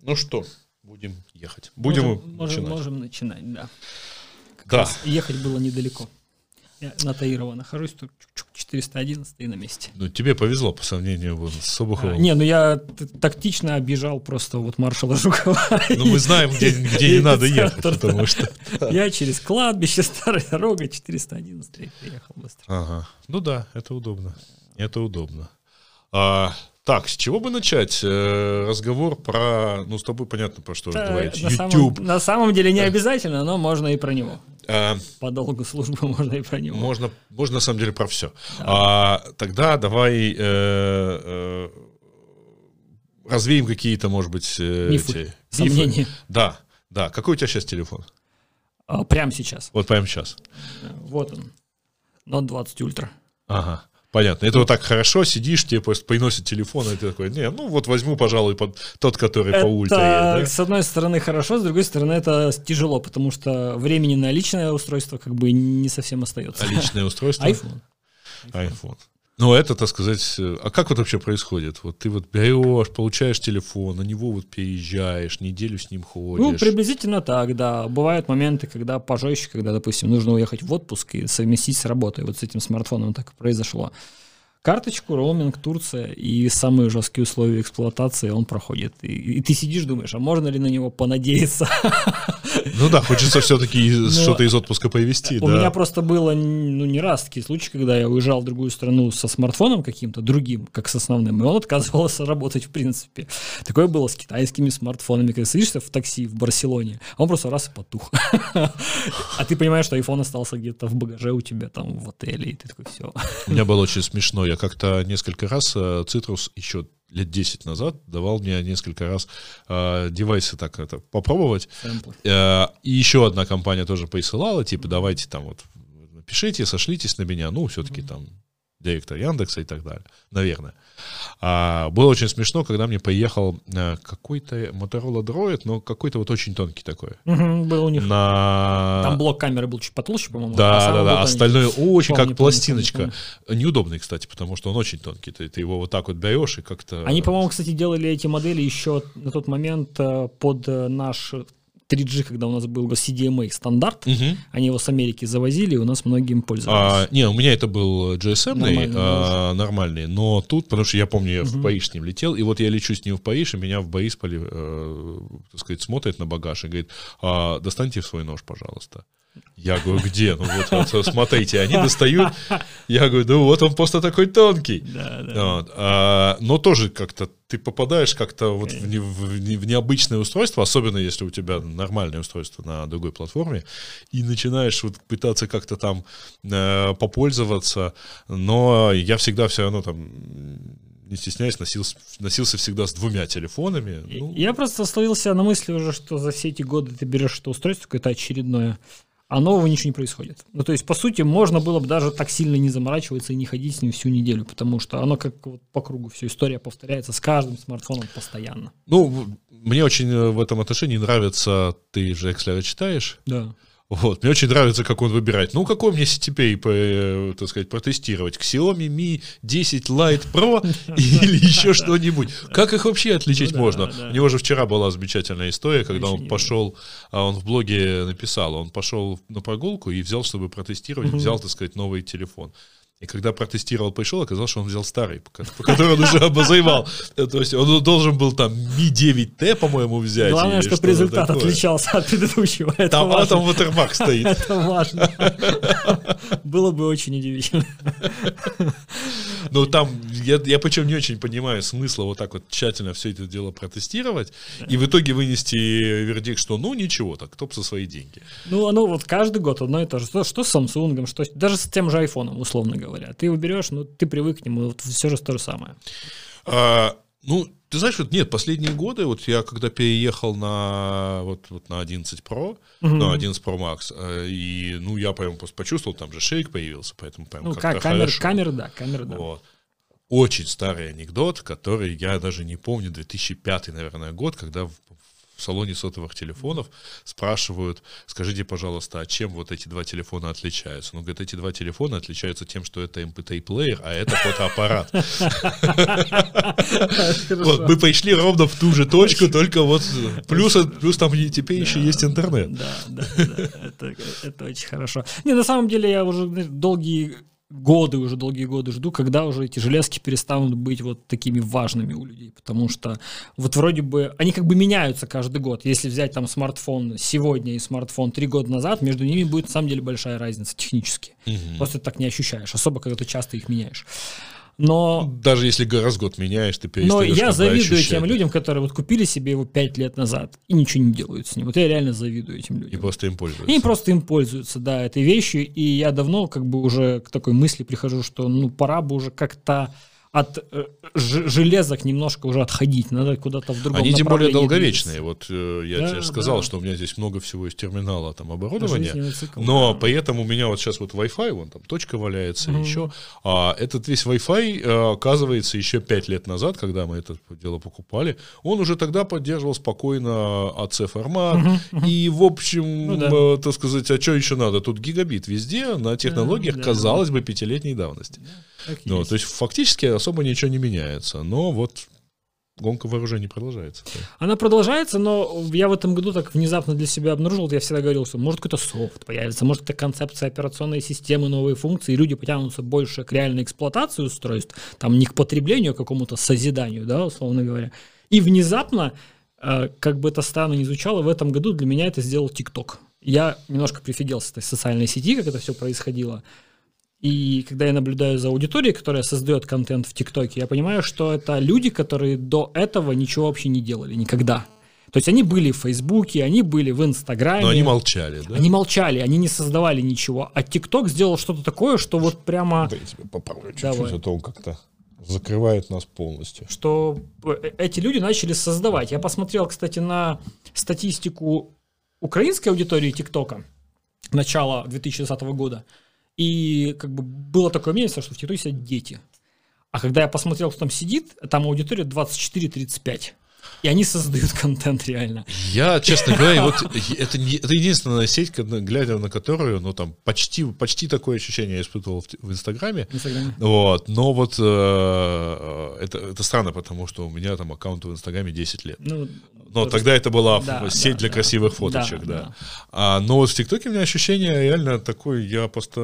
Ну что, будем ехать. Можем начинать, да. Да. Ехать было недалеко. Я на Таирова нахожусь, тут 411 и на месте. Ну, тебе повезло по сравнению с Обуховым. Я тактично объезжал просто вот маршала Жукова. Ну, мы знаем, где не надо ехать, потому что... Я через кладбище, старая дорога, 411 приехал быстро. Ага, ну да, это удобно. Это удобно. Так, с чего бы начать? Разговор про... Ну, с тобой понятно, про что разговаривать. YouTube. На самом деле не обязательно, но можно и про него. По долгу службы можно и про него. Можно на самом деле про все. Да. Тогда давай развеем какие-то, может быть... Мифы, сомнения. Да. Какой у тебя сейчас телефон? Прямо сейчас. Вот прямо сейчас. Вот он. Note 20 Ultra. Ага. Понятно. Это вот так хорошо, сидишь, тебе просто приносят телефон, и ты такой, вот возьму, пожалуй, тот, который по ультра. Да? С одной стороны хорошо, с другой стороны это тяжело, потому что времени на личное устройство как бы не совсем остается. А личное устройство? iPhone. Ну, это, так сказать, а как вот вообще происходит? Вот ты вот берешь, получаешь телефон, на него вот переезжаешь, неделю с ним ходишь. Ну, приблизительно так, да. Бывают моменты, когда пожестче, когда, допустим, нужно уехать в отпуск и совместить с работой. Вот с этим смартфоном так и произошло. Карточку, роуминг, Турция и самые жесткие условия эксплуатации он проходит. И ты сидишь, думаешь, а можно ли на него понадеяться? Ну да, хочется все-таки что-то из отпуска повезти. У меня просто было не раз такие случаи, когда я уезжал в другую страну со смартфоном каким-то другим, как с основным, и он отказывался работать в принципе. Такое было с китайскими смартфонами, когда садишься в такси в Барселоне, а он просто раз и потух. А ты понимаешь, что iPhone остался где-то в багаже у тебя там в отеле, и ты такой, все. У меня было очень смешно. Я как-то несколько раз Citrus еще лет 10 назад давал мне несколько раз девайсы так это попробовать. И еще одна компания тоже присылала, типа, давайте там вот напишите, сошлитесь на меня, ну, все-таки там директор Яндекса и так далее, наверное. Было очень смешно, когда мне поехал какой-то Motorola Droid, но какой-то вот очень тонкий такой. Был у них. Там блок камеры был чуть потолще, по-моему. Да. Остальное очень как пластиночка. Неудобный, кстати, потому что он очень тонкий. Ты его вот так вот берешь и как-то... Они, по-моему, кстати, делали эти модели еще на тот момент под наш 3G, когда у нас был CDMA стандарт, они его с Америки завозили, и у нас многие им пользовались. У меня это был GSM-ный, нормальный, но тут, потому что я помню, я в Париж с ним летел, и вот я лечу с ним в Париж, и меня в Борисполе, так сказать, смотрит на багаж и говорит, достаньте свой нож, пожалуйста. Я говорю, где? Ну вот смотрите, они достают. Я говорю, вот он просто такой тонкий. Да. Но тоже как-то ты попадаешь как-то вот в необычное устройство, особенно если у тебя нормальное устройство на другой платформе, и начинаешь вот пытаться как-то там попользоваться, но я всегда все равно там... не стесняясь, носился всегда с 2 телефонами. Я просто словился на мысли уже, что за все эти годы ты берешь что устройство какое-то очередное, а нового ничего не происходит. Ну, то есть, по сути, можно было бы даже так сильно не заморачиваться и не ходить с ним всю неделю, потому что оно как вот по кругу, все, история повторяется с каждым смартфоном постоянно. Ну, мне очень в этом отношении нравится, ты же Экслера читаешь? Да. Вот, мне очень нравится, как он выбирает. Ну, какой мне теперь, так сказать, протестировать? Xiaomi Mi 10 Lite Pro или еще что-нибудь? Как их вообще отличить можно? У него же вчера была замечательная история, когда он пошел, он в блоге написал, он пошел на прогулку и взял, чтобы протестировать, взял, так сказать, новый телефон. И когда протестировал, пришел, оказалось, что он взял старый, по которому он уже обозревал. То есть он должен был там Mi 9T, по-моему, взять. Главное, чтобы результат отличался от предыдущего. Там watermark стоит. Это важно. Было бы очень удивительно. Ну, там, я причем не очень понимаю смысла вот так вот тщательно все это дело протестировать и в итоге вынести вердикт, что ну ничего, так, топ за свои деньги. Ну, оно вот каждый год одно и то же. Что с Samsung, что даже с тем же iPhone, условно говоря. Ты его берешь, ну, ты привык к нему, вот все же то же самое. Ну, ты знаешь, вот нет, последние годы, вот я когда переехал на 11 Pro, на 11 Pro Max, и, ну, я прям просто почувствовал, там же шейк появился, поэтому прям как-то хорошо. Камера, да. Вот. Очень старый анекдот, который я даже не помню, 2005, наверное, год, когда в салоне сотовых телефонов спрашивают, скажите, пожалуйста, а чем вот эти два телефона отличаются? Ну, говорят, эти два телефона отличаются тем, что это MP3-плеер, а это фотоаппарат. Мы пришли ровно в ту же точку, только вот плюс там теперь еще есть интернет. Да, это очень хорошо. Не, на самом деле я уже долгие годы жду, когда уже эти железки перестанут быть вот такими важными у людей, потому что вот вроде бы они как бы меняются каждый год. Если взять там смартфон сегодня и смартфон 3 года назад, между ними будет на самом деле большая разница технически. Просто ты так не ощущаешь, особо когда ты часто их меняешь. Но даже если раз в год меняешь, ты перестаешь. Но я завидую тем людям, которые вот купили себе его 5 лет назад и ничего не делают с ним. Вот я реально завидую этим людям. И просто им пользуются. И просто им пользуются, да, этой вещью. И я давно как бы уже к такой мысли прихожу, что ну пора бы уже как-то от железок немножко уже отходить, надо куда-то в другом направлении. Они тем более долговечные. Двигаться. Вот я тебе же сказал, что у меня здесь много всего из терминала там оборудования, но при этом у меня вот сейчас вот Wi-Fi, вон там точка валяется, еще. А этот весь Wi-Fi, оказывается, еще 5 лет назад, когда мы это дело покупали, он уже тогда поддерживал спокойно AC-формат. И, в общем, так сказать, а что еще надо? Тут гигабит везде на технологиях, казалось бы, 5-летней давности. Ну, то есть фактически особо ничего не меняется, но вот гонка вооружений продолжается. Она продолжается, но я в этом году так внезапно для себя обнаружил, я всегда говорил, что может какой-то софт появится, может какая-то концепция операционной системы, новые функции, и люди потянутся больше к реальной эксплуатации устройств, там не к потреблению, а к какому-то созиданию, да, условно говоря. И внезапно, как бы это странно ни звучало, в этом году для меня это сделал TikTok. Я немножко прифигел с этой социальной сети, как это все происходило. И когда я наблюдаю за аудиторией, которая создает контент в ТикТоке, я понимаю, что это люди, которые до этого ничего вообще не делали, никогда. То есть они были в Фейсбуке, они были в Инстаграме. Но они молчали, да? Они молчали, они не создавали ничего. А ТикТок сделал что-то такое, что вот прямо... Да, я тебе поправлю чуть-чуть, а то он как-то закрывает нас полностью. Что эти люди начали создавать. Я посмотрел, кстати, на статистику украинской аудитории ТикТока начала 2020 года. И как бы было такое мнение, что в ТикТоке сидят дети. А когда я посмотрел, кто там сидит, там аудитория 24-35. И они создают контент реально. Я, честно говоря, вот это единственная сеть, глядя на которую, ну там почти такое ощущение я испытывал в Инстаграме. Вот, но вот это странно, потому что у меня там аккаунт в Инстаграме 10 лет. Но тогда это была сеть для красивых фоточек, да. Но вот в ТикТоке у меня ощущение реально такое, я просто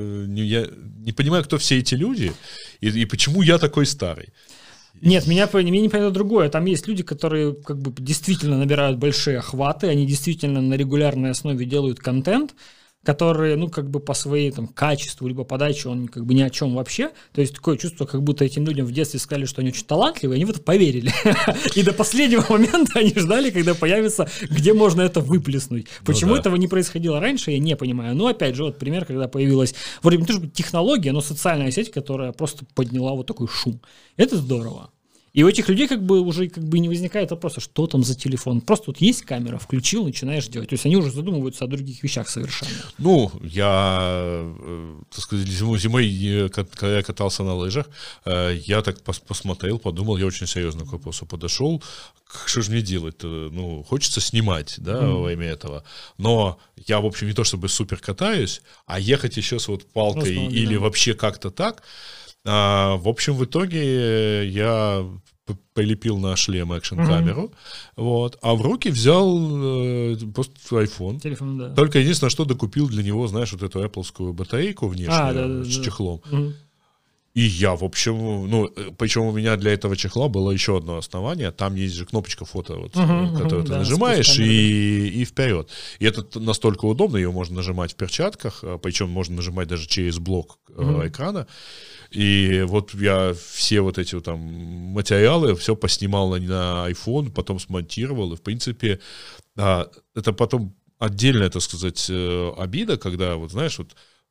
не понимаю, кто все эти люди и почему я такой старый. Нет, мне непонятно другое. Там есть люди, которые как бы действительно набирают большие охваты, они действительно на регулярной основе делают контент, который, ну, как бы по своей там качеству либо подаче он как бы ни о чем вообще. То есть такое чувство, как будто этим людям в детстве сказали, что они очень талантливые, они в это поверили. И до последнего момента они ждали, когда появится, где можно это выплеснуть. Почему этого не происходило раньше, я не понимаю. Ну, опять же, вот пример, когда появилась, вроде не то чтобы технология, но социальная сеть, которая просто подняла вот такой шум. Это здорово. И у этих людей как бы уже как бы не возникает вопроса, что там за телефон. Просто вот есть камера, включил, начинаешь делать. То есть они уже задумываются о других вещах совершенно. Ну, я, так сказать, зимой, когда я катался на лыжах, я так посмотрел, подумал, я очень серьезно к вопросу подошел. Что же мне делать-то? Ну, хочется снимать, да, во время этого. Но я, в общем, не то чтобы супер катаюсь, а ехать еще с вот палкой или вообще как-то так. В общем, в итоге я прилепил на шлем экшн-камеру, вот, а в руки взял просто iPhone. Телефон, да. Только единственное, что докупил для него, знаешь, вот эту Apple-скую батарейку внешнюю с чехлом. И я, в общем, ну, причем у меня для этого чехла было еще одно основание. Там есть же кнопочка фото, вот, которую ты нажимаешь и вперед. И это настолько удобно, ее можно нажимать в перчатках, причем можно нажимать даже через блок экрана. И вот я все вот эти вот там материалы все поснимал на iPhone, потом смонтировал. И, в принципе, это потом отдельная, так сказать, обида, когда, вот знаешь, вот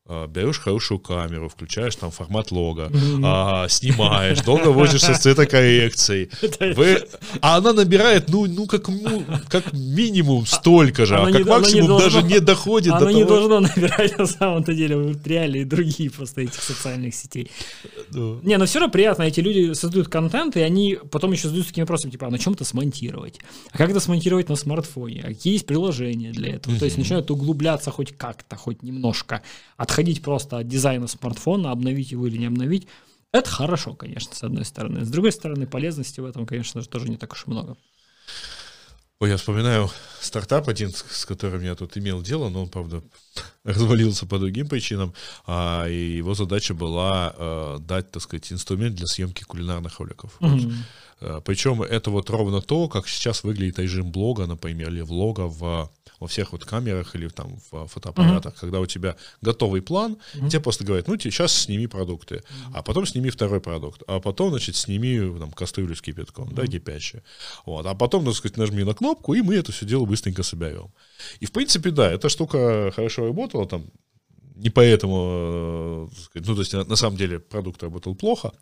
берешь хорошую камеру, включаешь там формат лога, снимаешь, долго возишься с цветокоррекцией. А она набирает, как минимум столько же, как максимум даже не доходит до того. Она не должна набирать на самом-то деле реалии другие просто этих социальных сетей. Не, но все равно приятно, эти люди создают контент, и они потом еще задаются такими вопросами, типа, а на чем это смонтировать? А как это смонтировать на смартфоне? А какие есть приложения для этого? То есть начинают углубляться хоть как-то, хоть немножко, отходить просто от дизайна смартфона, обновить его или не обновить. Это хорошо, конечно, с одной стороны. С другой стороны, полезности в этом, конечно же, тоже не так уж и много. Ой, я вспоминаю стартап один, с которым я тут имел дело, но он, правда, развалился по другим причинам, и его задача была дать, так сказать, инструмент для съемки кулинарных роликов. Причем это вот ровно то, как сейчас выглядит режим блога, например, или влога во всех вот камерах или там в фотоаппаратах, когда у тебя готовый план, и тебе просто говорят, ну, сейчас сними продукты, а потом сними второй продукт, а потом, значит, сними там кастрюлю с кипятком, да, кипящую. Вот, а потом, так сказать, нажми на кнопку, и мы это все дело быстренько соберем. И, в принципе, да, эта штука хорошо работала, там, не поэтому, ну, то есть, на самом деле, продукт работал плохо,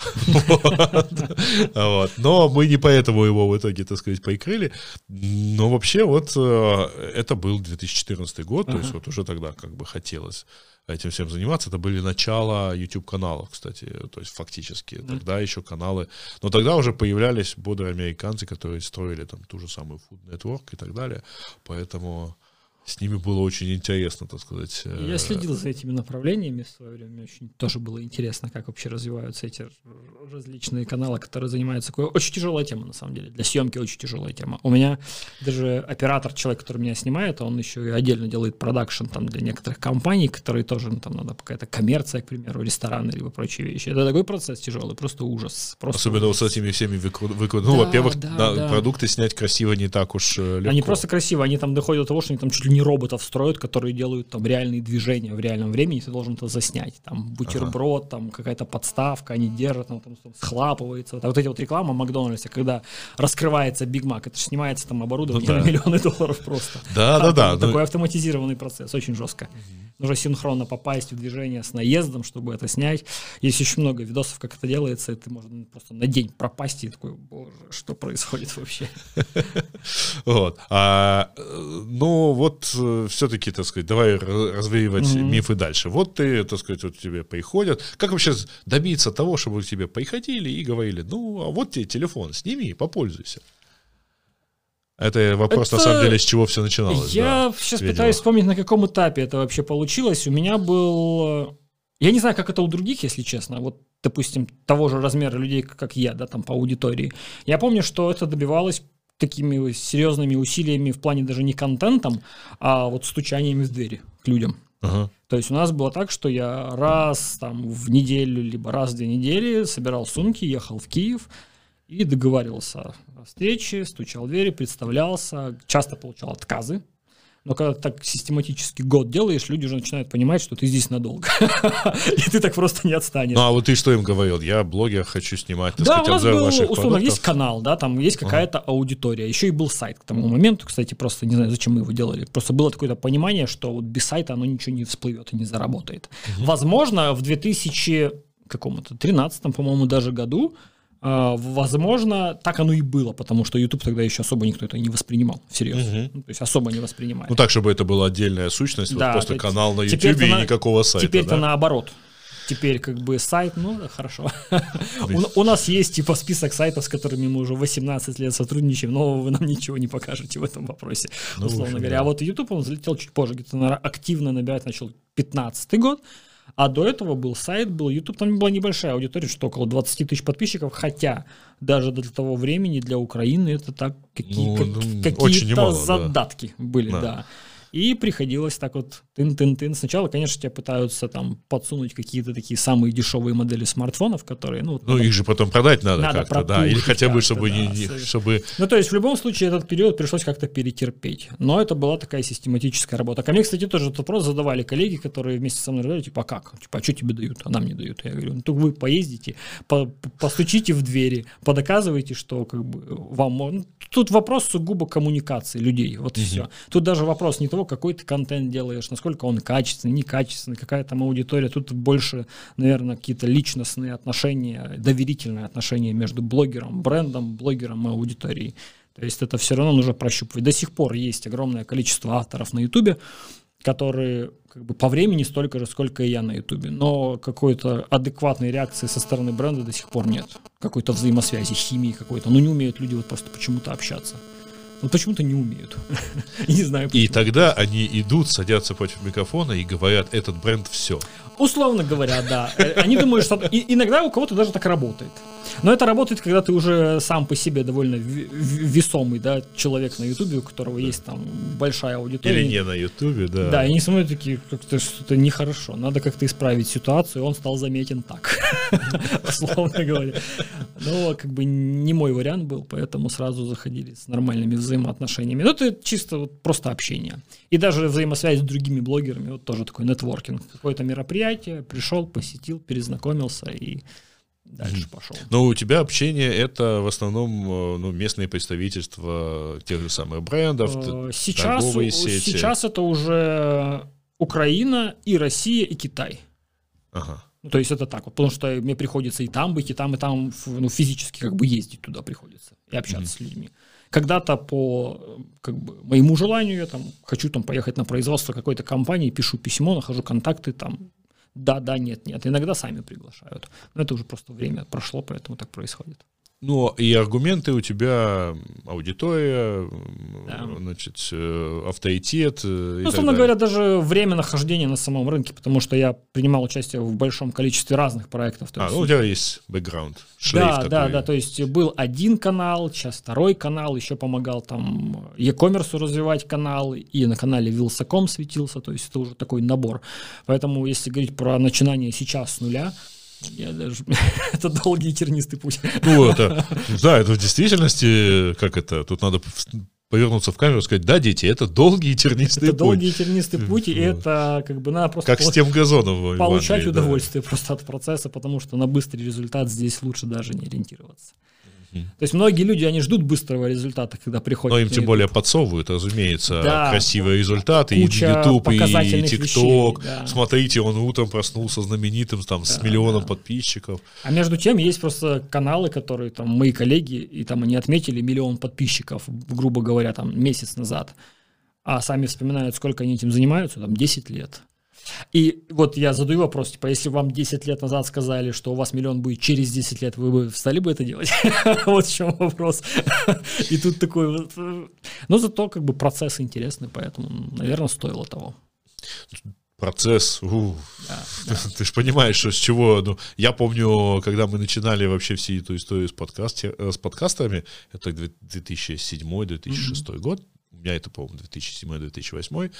но мы не поэтому его в итоге, так сказать, прикрыли. Но вообще вот это был 2014 год, то есть вот уже тогда как бы хотелось этим всем заниматься. Это были начала YouTube-каналов, кстати, то есть фактически. Тогда еще каналы, но тогда уже появлялись бодрые американцы, которые строили там ту же самую Food Network и так далее, поэтому... С ними было очень интересно, так сказать. Я следил за этими направлениями в свое время. Мне очень тоже было интересно, как вообще развиваются эти различные каналы, которые занимаются такой... Очень тяжелая тема, на самом деле. Для съемки очень тяжелая тема. У меня даже оператор, человек, который меня снимает, он еще и отдельно делает продакшн там для некоторых компаний, которые тоже, ну, там надо какая-то коммерция, к примеру, рестораны, либо прочие вещи. Это такой процесс тяжелый, просто ужас. Особенно вот с этими всеми Ну, во-первых, продукты снять красиво не так уж легко. Они просто красиво, они там доходят до того, что они там чуть ли не роботов строят, которые делают там реальные движения в реальном времени, ты должен это заснять. Там бутерброд, там какая-то подставка, они держат, там схлапывается. Вот эти вот рекламы в Макдональдсе, когда раскрывается Биг Мак, это же снимается там оборудование на миллионы долларов просто. Да. Такой автоматизированный процесс, очень жестко. Нужно синхронно попасть в движение с наездом, чтобы это снять. Есть еще много видосов, как это делается, и ты можно просто на день пропасть и такой, боже, что происходит вообще? Вот. Ну, вот все-таки, так сказать, давай развеивать мифы дальше. Вот ты, так сказать, вот тебе приходят. Как вообще добиться того, чтобы к тебе приходили и говорили, ну, а вот тебе телефон, сними, попользуйся. Это вопрос, на самом деле, с чего все начиналось. Я сейчас пытаюсь вспомнить, на каком этапе это вообще получилось. У меня был... Я не знаю, как это у других, если честно. Вот, допустим, того же размера людей, как я, да, там по аудитории. Я помню, что это добивалось такими серьезными усилиями в плане даже не контентом, а вот стучаниями в двери к людям. То есть у нас было так, что я раз там в неделю, либо раз в 2 недели собирал сумки, ехал в Киев и договаривался о встрече, стучал в двери, представлялся, часто получал отказы. Но когда ты так систематически год делаешь, люди уже начинают понимать, что ты здесь надолго. И ты так просто не отстанешь. Ну, а вот ты что им говорил? Я блогер, хочу снимать, так сказать, обзор ваших продуктов. Да, у нас был, условно, есть канал, да, там есть какая-то аудитория. Еще и был сайт к тому моменту, кстати, просто не знаю, зачем мы его делали. Просто было такое понимание, что вот без сайта оно ничего не всплывет и не заработает. Возможно, в 2013, по-моему, даже году, возможно, так оно и было, потому что YouTube тогда еще особо никто это не воспринимал всерьез. Ну, то есть особо не воспринимали. Ну так, чтобы это была отдельная сущность, да, вот просто канал на YouTube и никакого сайта. Теперь-то наоборот. Теперь как бы сайт, ну да, хорошо. У нас есть типа список сайтов, с которыми мы уже 18 лет сотрудничаем, но вы нам ничего не покажете в этом вопросе, условно говоря. А вот YouTube, он залетел чуть позже, где-то активно набирать начал 15-й год. А до этого был сайт, был YouTube, там была небольшая аудитория, что около 20 тысяч подписчиков, хотя даже до того времени для Украины это так какие-то задатки были, да. И приходилось так вот тын-тын-тын. Сначала, конечно, тебе пытаются там подсунуть какие-то такие самые дешевые модели смартфонов, которые... Ну, их же потом продать надо как-то, да. Или хотя бы, чтобы... Ну, то есть, в любом случае, этот период пришлось как-то перетерпеть. Но это была такая систематическая работа. Ко мне, кстати, тоже этот вопрос задавали коллеги, которые вместе со мной говорили, типа, а как? Типа, а что тебе дают? А нам не дают. Я говорю, ну, то вы поездите, постучите в двери, подоказывайте, что как бы вам... тут вопрос сугубо коммуникации людей, вот и все. Тут даже вопрос не того, какой ты контент делаешь, насколько он качественный, некачественный, какая там аудитория. Тут больше, наверное, какие-то личностные отношения, доверительные отношения между блогером, брендом, блогером и аудиторией. То есть это все равно нужно прощупывать. До сих пор есть огромное количество авторов на Ютубе, которые как бы по времени столько же, сколько и я на Ютубе. Но какой-то адекватной реакции со стороны бренда до сих пор нет. Какой-то взаимосвязи, химии какой-то. Ну, не умеют люди вот просто почему-то общаться. Вот почему-то не умеют. Не знаю почему. И тогда они идут, садятся против микрофона и говорят, этот бренд все. Условно говоря, да. Они думают, что... Иногда у кого-то даже так работает. Но это работает, когда ты уже сам по себе довольно весомый, да, человек на Ютубе, у которого есть там большая аудитория. Или не на Ютубе, да. Да, и они смотрят такие, как-то что-то нехорошо. Надо как-то исправить ситуацию, и он стал заметен так. Условно говоря. Но как бы не мой вариант был, поэтому сразу заходили с нормальными взаимоотношениями. Ну, это чисто вот просто общение. И даже взаимосвязь с другими блогерами, вот тоже такой нетворкинг. Какое-то мероприятие, пришел, посетил, перезнакомился и дальше пошел. Но у тебя общение это в основном местные представительства тех же самых брендов, торговые сети. Сейчас это уже Украина, и Россия, и Китай. Ага. Ну, то есть это так вот, потому что мне приходится и там быть, и там, ну, физически как бы ездить туда приходится и общаться с людьми. Когда-то по как бы, моему желанию я там хочу там поехать на производство какой-то компании, пишу письмо, нахожу контакты там. Да, нет. Иногда сами приглашают. Но это уже просто время прошло, поэтому так происходит. Ну, и аргументы у тебя аудитория, да. Значит, авторитет. Ну, условно говоря, даже время нахождения на самом рынке, потому что я принимал участие в большом количестве разных проектов. Ну, у тебя есть бэкграунд, шлейф. Да, то есть был один канал, сейчас второй канал, еще помогал там e-commerce развивать канал, и на канале Wylsacom светился, то есть это уже такой набор. Поэтому, если говорить про начинание сейчас с нуля, это долгий тернистый путь. Ну, это в действительности, как это, тут надо повернуться в камеру и сказать, да, дети, это долгий тернистый путь. Это долгий тернистый путь, и это как бы надо просто... Как с тем газоном. Получать удовольствие просто от процесса, потому что на быстрый результат здесь лучше даже не ориентироваться. То есть многие люди, они ждут быстрого результата, когда приходят. Но им тем более подсовывают, разумеется, красивые результаты, и YouTube, и TikTok. Да. Смотрите, он утром проснулся знаменитым, там, с миллионом подписчиков. А между тем есть просто каналы, которые там мои коллеги, и там они отметили 1 миллион подписчиков, грубо говоря, там месяц назад. А сами вспоминают, сколько они этим занимаются, там 10 лет. И вот я задаю вопрос, типа, если вам 10 лет назад сказали, что у вас 1 миллион будет через 10 лет, вы бы стали бы это делать? Вот в чем вопрос. И тут такой вот... Но зато как бы процесс интересный, поэтому, наверное, стоило того. Процесс, ты же понимаешь, что с чего, ну, я помню, когда мы начинали вообще всю эту историю с подкастами, это 2007-2006 год, у меня это, по-моему, 2007-2008.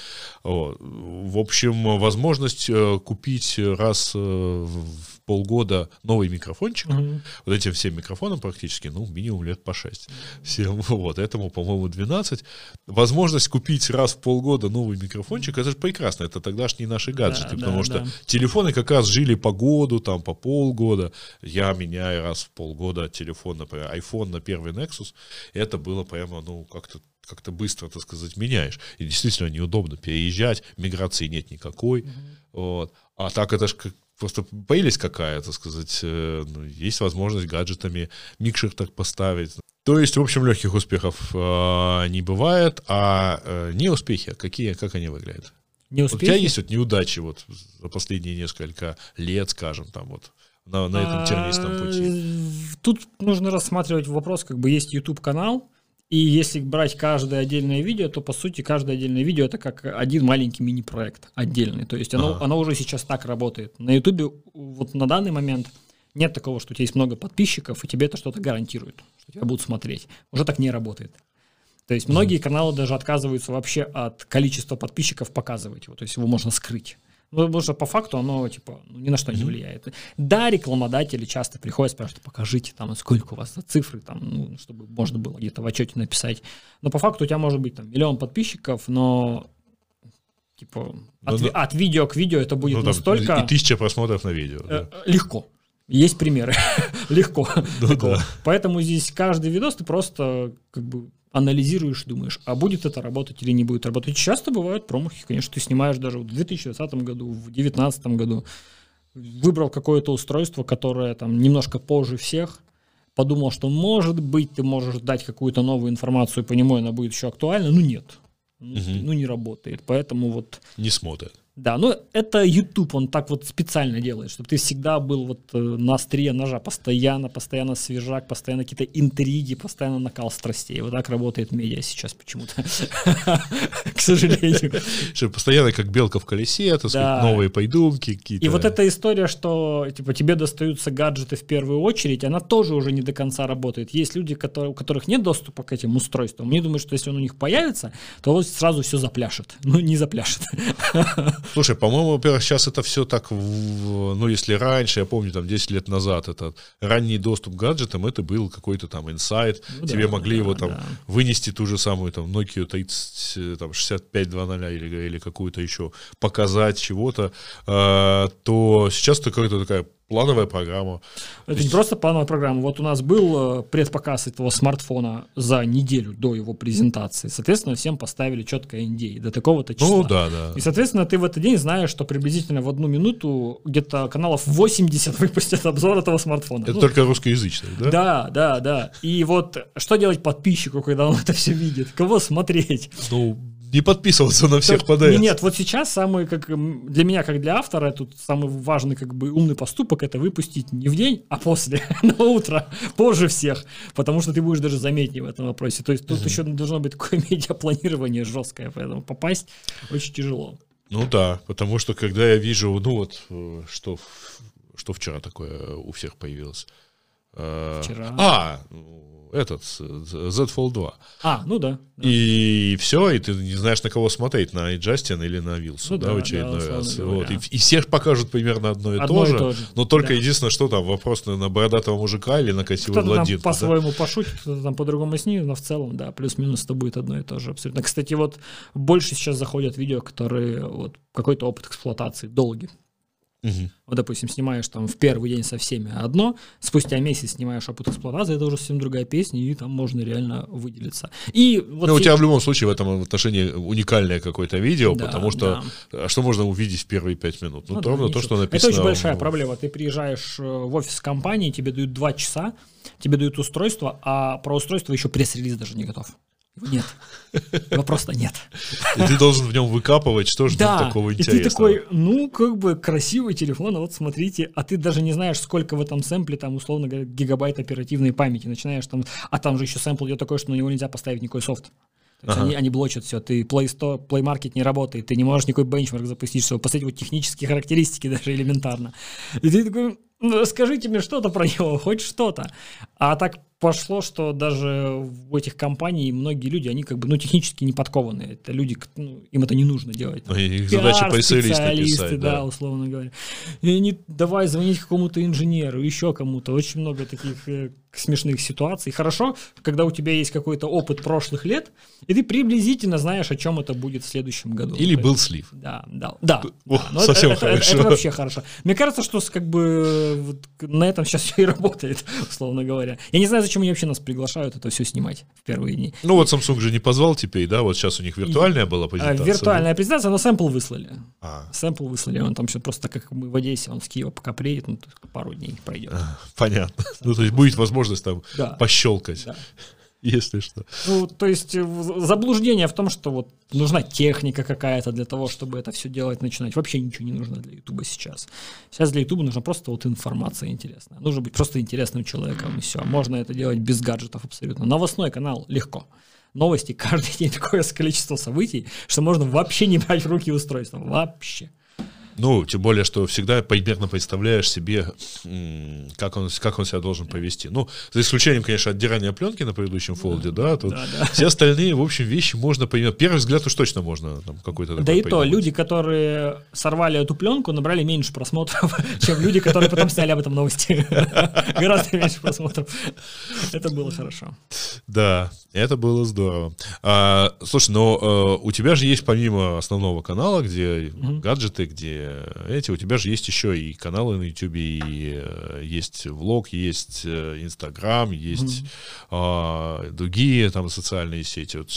В общем, возможность купить раз в полгода новый микрофончик, вот этим всем микрофонам практически, ну, минимум лет по 6. Всем, вот, этому, по-моему, 12. Возможность купить раз в полгода новый микрофончик, это же прекрасно, это тогдашние наши гаджеты, потому что телефоны как раз жили по году, там, по полгода. Я меняю раз в полгода телефон, например, iPhone на первый Nexus, это было прямо, ну, как-то быстро, так сказать, меняешь. И действительно неудобно переезжать, миграции нет никакой. Вот. А так это же просто прелесть какая, так сказать. Ну, есть возможность гаджетами микшер так поставить. То есть, в общем, легких успехов не бывает, а неуспехи, как они выглядят? Вот у тебя есть вот неудачи вот за последние несколько лет, скажем, там вот на этом тернистом пути? Тут нужно рассматривать вопрос, как бы есть YouTube-канал, и если брать каждое отдельное видео, то, по сути, каждое отдельное видео – это как один маленький мини-проект отдельный. То есть оно уже сейчас так работает. На YouTube вот на данный момент нет такого, что у тебя есть много подписчиков, и тебе это что-то гарантирует, что тебя будут смотреть. Уже так не работает. То есть многие каналы даже отказываются вообще от количества подписчиков показывать его. То есть его можно скрыть. Ну, потому что по факту оно типа ни на что не влияет. Да, рекламодатели часто приходят, спрашивают, покажите, там, сколько у вас за цифры, там, ну, чтобы можно было где-то в отчете написать. Но по факту у тебя может быть там 1 миллион подписчиков, но типа от видео к видео это будет настолько... И 1000 просмотров на видео. Легко. Есть примеры. Легко. Поэтому здесь каждый видос ты просто как бы анализируешь, думаешь, а будет это работать или не будет работать. Часто бывают промахи, конечно, ты снимаешь даже в 2020 году, в 2019 году, выбрал какое-то устройство, которое там немножко позже всех, подумал, что может быть ты можешь дать какую-то новую информацию, по нему она будет еще актуальна, нет, не работает, поэтому вот... Не смотрят. Да, но это YouTube, он так вот специально делает, чтобы ты всегда был вот на острие ножа, постоянно свежак, постоянно какие-то интриги, постоянно накал страстей. Вот так работает медиа сейчас почему-то, к сожалению. Что постоянно как белка в колесе, так сказать, новые придумки какие-то. И вот эта история, что типа тебе достаются гаджеты в первую очередь, она тоже уже не до конца работает. Есть люди, у которых нет доступа к этим устройствам. Мне думают, что если он у них появится, то вот сразу все запляшет. Ну, не запляшет. Слушай, по-моему, во-первых, сейчас это все так, ну, если раньше, я помню, там, 10 лет назад, это ранний доступ к гаджетам, это был какой-то там инсайт, тебе могли его там вынести ту же самую там Nokia 6500 или какую-то еще, показать чего-то, то сейчас это какая-то такая плановая программа. Это не просто плановая программа. Вот у нас был предпоказ этого смартфона за неделю до его презентации. Соответственно, всем поставили четко NDA до такого-то числа. Ну, да. И, соответственно, ты в этот день знаешь, что приблизительно в 1 минуту где-то каналов 80 выпустят обзор этого смартфона. Это только русскоязычный, да? Да. И вот что делать подписчику, когда он это все видит? Кого смотреть? Ну, не подписываться на всех подряд. Нет, вот сейчас самый, как для меня, как для автора, тут самый важный, как бы умный поступок — это выпустить не в день, а после, на утро, позже всех, потому что ты будешь даже заметнее в этом вопросе. То есть тут еще должно быть такое медиапланирование жесткое, поэтому попасть очень тяжело. Ну да, потому что когда я вижу, ну вот, что вчера такое у всех появилось. Вчера? Этот Z Fold 2. Ну да. И все, и ты не знаешь, на кого смотреть, на Justin или на Вилсу, в очередной раз. Вот. И всех покажут примерно одно и то же, но только единственное, что там, вопрос на бородатого мужика или на красивую блондинку. Кто-то там по-своему пошутит, кто-то там по-другому снимет, но в целом, да, плюс-минус это будет одно и то же абсолютно. Кстати, вот больше сейчас заходят видео, которые вот какой-то опыт эксплуатации долгий. Вот, допустим, снимаешь там в первый день со всеми одно, спустя месяц снимаешь опыт эксплуатации, это уже совсем другая песня, и там можно реально выделиться. И вот у тебя в любом случае в этом отношении уникальное какое-то видео, потому что что можно увидеть в первые 5 минут? Ну, ровно то, что написано. Это очень большая проблема. Ты приезжаешь в офис компании, тебе дают 2 часа, тебе дают устройство, а про устройство еще пресс-релиз даже не готов. Нет. Его просто нет. И ты должен в нем выкапывать, что же такого интересного. И ты такой, ну, как бы красивый телефон, а вот смотрите, а ты даже не знаешь, сколько в этом сэмпле, там, условно говоря, гигабайт оперативной памяти. Начинаешь там, а там же еще сэмпл идет такой, что на него нельзя поставить никакой софт. Они блочат все, ты Play Store, Play Market не работает, ты не можешь никакой бенчмарк запустить, чтобы посмотреть его технические характеристики даже элементарно. И ты такой, ну, расскажите мне что-то про него, хоть что-то. А так пошло, что даже в этих компаниях многие люди, они как бы, ну, технически не подкованные. Это люди, ну, им это не нужно делать. Их задача специалисты, да, условно говоря. И они, давай звонить какому-то инженеру, еще кому-то. Очень много таких смешных ситуаций. Хорошо, когда у тебя есть какой-то опыт прошлых лет, и ты приблизительно знаешь, о чем это будет в следующем году. Или был слив. Да. Совсем хорошо. Это вообще хорошо. Мне кажется, что как бы вот на этом сейчас все и работает, условно говоря. Я не знаю, зачем они вообще нас приглашают это все снимать в первые дни. Ну вот Samsung же не позвал теперь, да? Вот сейчас у них виртуальная была презентация. Виртуальная презентация, но сэмпл выслали. Сэмпл выслали, он там все просто как мы в Одессе, он с Киева пока приедет, ну, пару дней пройдет. Понятно. Ну, то есть будет возможность там пощелкать. Да. Если что. Ну, то есть заблуждение в том, что вот нужна техника какая-то для того, чтобы это все делать, начинать. Вообще ничего не нужно для Ютуба сейчас. Сейчас для Ютуба нужна просто вот информация интересная. Нужно быть просто интересным человеком, и все. Можно это делать без гаджетов абсолютно. Новостной канал легко. Новости каждый день такое количество событий, что можно вообще не брать в руки устройство. Вообще. Ну, тем более, что всегда примерно представляешь себе, как он себя должен повести. Ну, за исключением, конечно, отдирания пленки на предыдущем фолде, да, тут все остальные, в общем, вещи можно понимать. Первый взгляд уж точно можно там какой-то такой. Да и то, люди, которые сорвали эту пленку, набрали меньше просмотров, чем люди, которые потом сняли об этом новости. Гораздо меньше просмотров. Это было хорошо. Да. Это было здорово. Слушай, но у тебя же есть помимо основного канала, где гаджеты, где у тебя же есть еще и каналы на YouTube, и есть влог, есть Инстаграм, есть другие там социальные сети. Вот,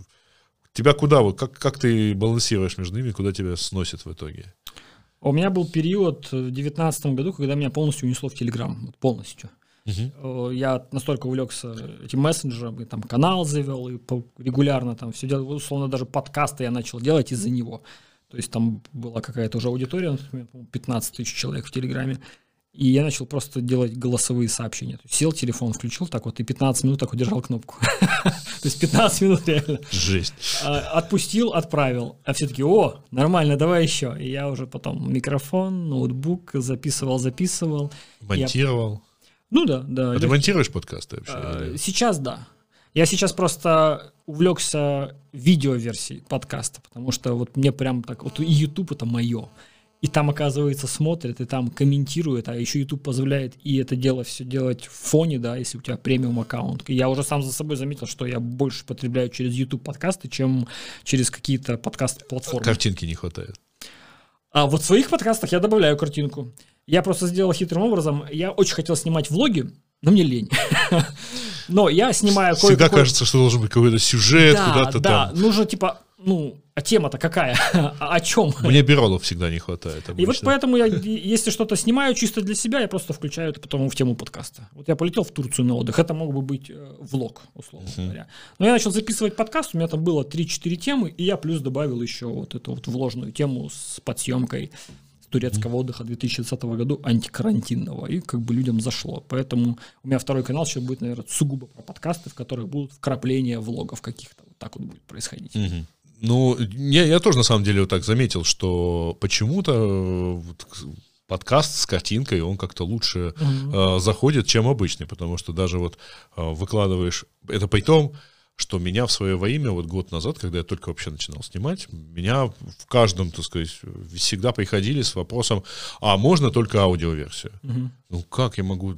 тебя куда, вот как ты балансируешь между ними, куда тебя сносит в итоге? У меня был период в 2019 году, когда меня полностью унесло в Телеграм. Полностью. Я настолько увлекся этим мессенджером, и там канал завел, и регулярно там все делал. Условно, даже подкасты я начал делать из-за него. То есть там была какая-то уже аудитория, 15 тысяч человек в Телеграме. И я начал просто делать голосовые сообщения. То есть сел, телефон включил так вот, и 15 минут так вот держал кнопку. То есть 15 минут реально. Жесть. Отпустил, отправил. А все таки о, нормально, давай еще. И я уже потом микрофон, ноутбук записывал. Монтировал. Ну да. А ты монтируешь подкасты вообще? Сейчас да. Я сейчас просто увлекся видеоверсией подкаста, потому что вот мне прям так, вот и YouTube это мое. И там, оказывается, смотрят, и там комментируют, а еще YouTube позволяет и это дело все делать в фоне, да, если у тебя премиум аккаунт. И я уже сам за собой заметил, что я больше потребляю через YouTube подкасты, чем через какие-то подкаст-платформы. Картинки не хватает. А вот в своих подкастах я добавляю картинку. Я просто сделал хитрым образом. Я очень хотел снимать влоги, но мне лень. Но я снимаю кое-какой... Всегда кажется, что должен быть какой-то сюжет куда-то там. Да, нужно типа, а тема-то какая? О чем? Мне биролов всегда не хватает. И вот поэтому я, если что-то снимаю чисто для себя, я просто включаю это потом в тему подкаста. Вот я полетел в Турцию на отдых, это мог бы быть влог, условно говоря. Но я начал записывать подкаст, у меня там было 3-4 темы, и я плюс добавил еще вот эту вот вложенную тему с подсъемкой турецкого отдыха 2020 году, антикарантинного, и как бы людям зашло. Поэтому у меня второй канал сейчас будет, наверное, сугубо про подкасты, в которых будут вкрапления влогов каких-то. Вот так вот будет происходить. Ну, я тоже на самом деле вот так заметил, что почему-то подкаст с картинкой, он как-то лучше заходит, чем обычный, потому что даже вот выкладываешь, это при том, что меня в свое время, вот год назад, когда я только вообще начинал снимать, меня в каждом, так сказать, всегда приходили с вопросом, а можно только аудиоверсию? Ну, как я могу,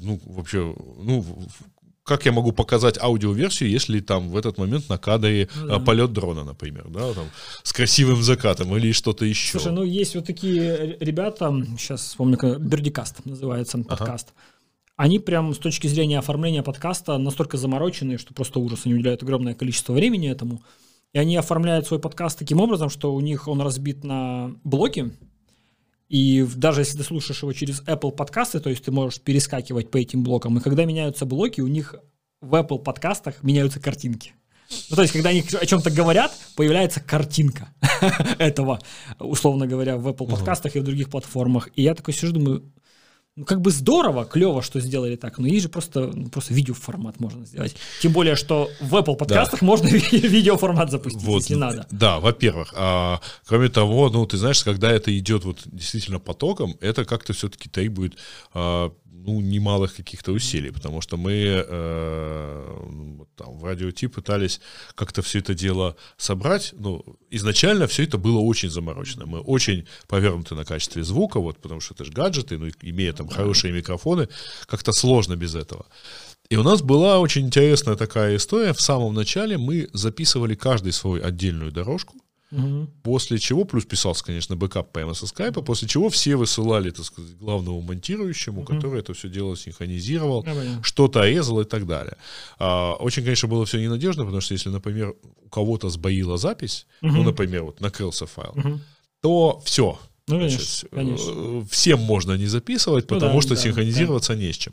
как я могу показать аудиоверсию, если там в этот момент на кадре полет дрона, например, да, там, с красивым закатом или что-то еще. Слушай, есть вот такие ребята, сейчас вспомню, Бердикаст называется подкаст. Они прям с точки зрения оформления подкаста настолько замороченные, что просто ужас. Они уделяют огромное количество времени этому. И они оформляют свой подкаст таким образом, что у них он разбит на блоки. И даже если ты слушаешь его через Apple подкасты, то есть ты можешь перескакивать по этим блокам. И когда меняются блоки, у них в Apple подкастах меняются картинки. Ну, то есть, когда они о чем-то говорят, появляется картинка этого, условно говоря, в Apple подкастах и в других платформах. И я такой сижу, думаю, как бы здорово, клево, что сделали так, но есть же просто видеоформат можно сделать. Тем более, что в Apple подкастах можно видеоформат запустить, вот, если надо. Да, во-первых. А кроме того, ты знаешь, когда это идет вот действительно потоком, это как-то все-таки требует немалых каких-то усилий, потому что мы там, в Радио Ти пытались как-то все это дело собрать. Изначально все это было очень заморочено. Мы очень повернуты на качестве звука, вот, потому что это же гаджеты, имея там хорошие микрофоны, как-то сложно без этого. И у нас была очень интересная такая история. В самом начале мы записывали каждый свою отдельную дорожку, после чего, плюс писался, конечно, бэкап прямо со скайпа, после чего все высылали, так сказать, главному монтирующему, который это все дело синхронизировал, что-то резал и так далее. Очень, конечно, было все ненадежно, потому что если, например, у кого-то сбоила запись, например, вот накрылся файл, то все. Конечно. Всем можно не записывать, потому что синхронизироваться не с чем.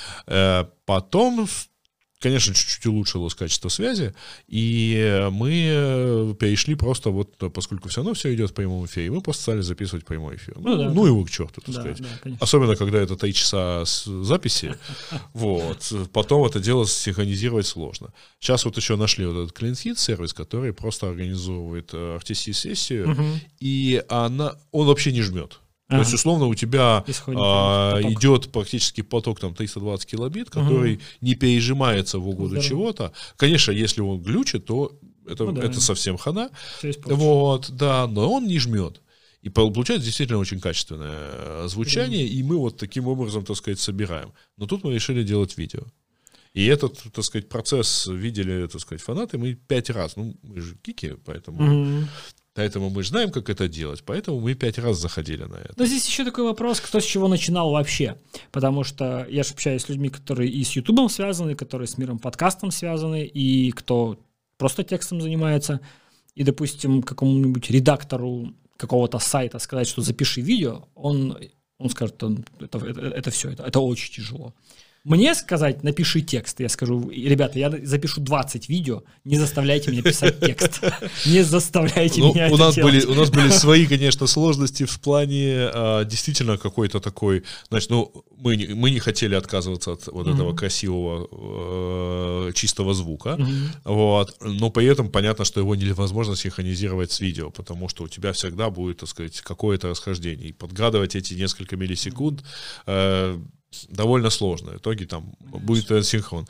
Потом, конечно, чуть-чуть улучшилось качество связи, и мы перешли просто, вот, поскольку все равно все идет в прямом эфире, мы просто стали записывать прямой эфир. Его к черту, так сказать. Особенно, когда это 3 часа записи, вот. Потом это дело синхронизировать сложно. Сейчас вот еще нашли вот этот CleanHit сервис, который просто организовывает RTC-сессию, и он вообще не жмет. То есть, условно, у тебя идет практически поток там 320 килобит, который не пережимается в угоду чего-то. Конечно, если он глючит, то это совсем хана. Вот, да, но он не жмет. И получается действительно очень качественное звучание, и мы вот таким образом, так сказать, собираем. Но тут мы решили делать видео. И этот, так сказать, процесс видели, так сказать, фанаты мы 5 раз. Ну, мы же гики, поэтому мы же знаем, как это делать, поэтому мы 5 раз заходили на это. Но здесь еще такой вопрос, кто с чего начинал вообще. Потому что я же общаюсь с людьми, которые и с Ютубом связаны, которые с миром подкастом связаны, и кто просто текстом занимается. И, допустим, какому-нибудь редактору какого-то сайта сказать, что запиши видео, он скажет, это все, это очень тяжело. Мне сказать, напиши текст, я скажу, ребята, я запишу 20 видео, не заставляйте меня писать текст. Не заставляйте меня это делать. У нас были свои, конечно, сложности в плане действительно какой-то такой, значит, мы не хотели отказываться от вот этого красивого чистого звука, вот, но при этом понятно, что его невозможно синхронизировать с видео, потому что у тебя всегда будет, так сказать, какое-то расхождение. И подгадывать эти несколько миллисекунд довольно сложно. В итоге там будет синхрон.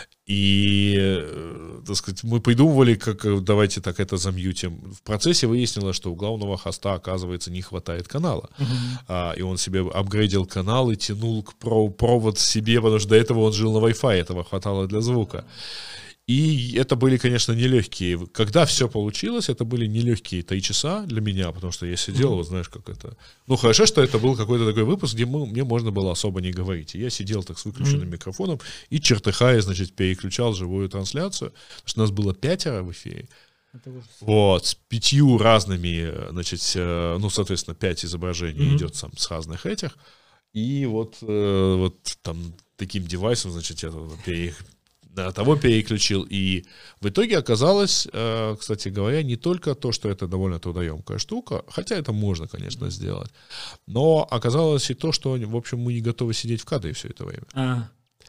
И, так сказать, мы придумывали, как давайте так это замьютим. В процессе выяснилось, что у главного хоста, оказывается, не хватает канала. И он себе апгрейдил канал и тянул провод себе, потому что до этого он жил на Wi-Fi, этого хватало для звука. И это были, конечно, нелегкие. Когда все получилось, это были нелегкие 3 часа для меня, потому что я сидел, вот знаешь, как это... Ну, хорошо, что это был какой-то такой выпуск, где мне можно было особо не говорить. И я сидел так с выключенным микрофоном и, чертыхаясь, значит, переключал живую трансляцию, потому что у нас было 5 в эфире. Вот, с 5 разными, значит, ну, соответственно, 5 изображений идет сам с разных этих. И вот там таким девайсом, значит, я того переключил, и в итоге оказалось, кстати говоря, не только то, что это довольно трудоемкая штука, хотя это можно, конечно, сделать, но оказалось и то, что, в общем, мы не готовы сидеть в кадре все это время.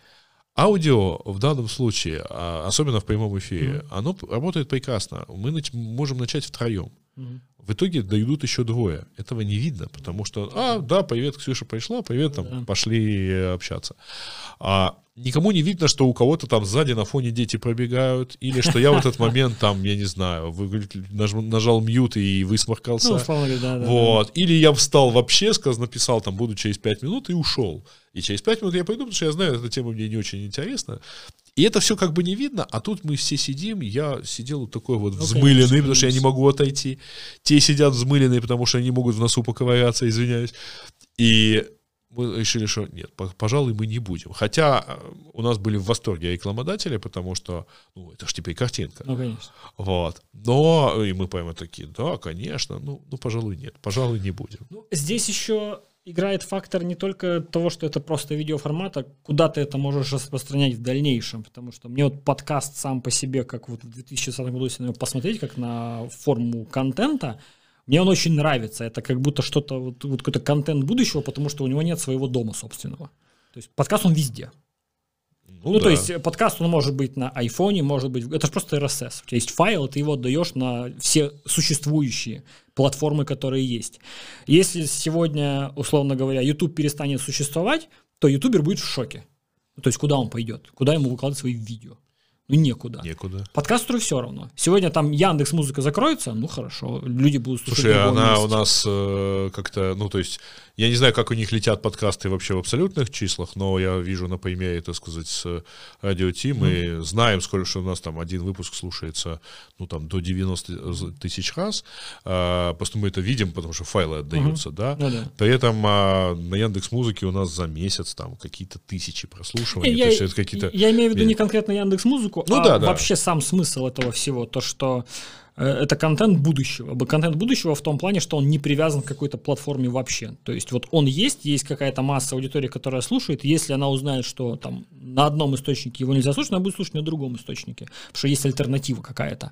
Аудио в данном случае, особенно в прямом эфире, оно работает прекрасно. Мы можем начать втроем. В итоге дойдут еще 2. Этого не видно, потому что, да, привет, Ксюша пришла, привет, там, пошли общаться. Никому не видно, что у кого-то там сзади на фоне дети пробегают, или что я в этот момент там, я не знаю, нажал мьют и высморкался. Ну, условно говоря, да. Вот. Или я встал вообще, написал, там, буду через 5 минут и ушел. И через 5 минут я пойду, потому что я знаю, эта тема мне не очень интересна. И это все как бы не видно, а тут мы все сидим, я сидел вот такой вот взмыленный, потому что я не могу отойти. Те сидят взмыленные, потому что они могут в носу поковыряться, извиняюсь. И мы решили, что нет, пожалуй, мы не будем. Хотя у нас были в восторге рекламодатели, потому что, ну, это ж теперь картинка. Ну, конечно. Вот. Но, и мы прямо такие, да, конечно, ну, пожалуй, нет, пожалуй, не будем. Ну, здесь еще играет фактор не только того, что это просто видеоформат, а куда ты это можешь распространять в дальнейшем, потому что мне вот подкаст сам по себе, как вот в 2020 году, если на него посмотреть, как на форму контента, мне он очень нравится. Это как будто что-то, вот какой-то контент будущего, потому что у него нет своего дома собственного. То есть подкаст он везде. Ну, да. То есть подкаст он может быть на айфоне, может быть... Это же просто RSS. У тебя есть файл, ты его отдаешь на все существующие платформы, которые есть. Если сегодня, условно говоря, YouTube перестанет существовать, то ютубер будет в шоке. То есть куда он пойдет? Куда ему выкладывать свои видео? Ну, некуда. Подкастеру все равно. Сегодня там Яндекс.Музыка закроется, ну, хорошо, люди будут слушать. Слушай, она у нас как-то, ну, то есть, я не знаю, как у них летят подкасты вообще в абсолютных числах, но я вижу на примере, так сказать, с Радио Ти, мы знаем, сколько что у нас там один выпуск слушается, ну, там, до 90 тысяч раз, просто мы это видим, потому что файлы отдаются, да? Ну, да. При этом на Яндекс.Музыке у нас за месяц там какие-то тысячи прослушиваний. То есть это какие-то... Я имею в виду не конкретно Яндекс.Музыку, вообще сам смысл этого всего, то, что это контент будущего. Контент будущего в том плане, что он не привязан к какой-то платформе вообще. То есть вот он есть какая-то масса аудитории, которая слушает, если она узнает, что там на одном источнике его нельзя слушать, она будет слушать на другом источнике, потому что есть альтернатива какая-то.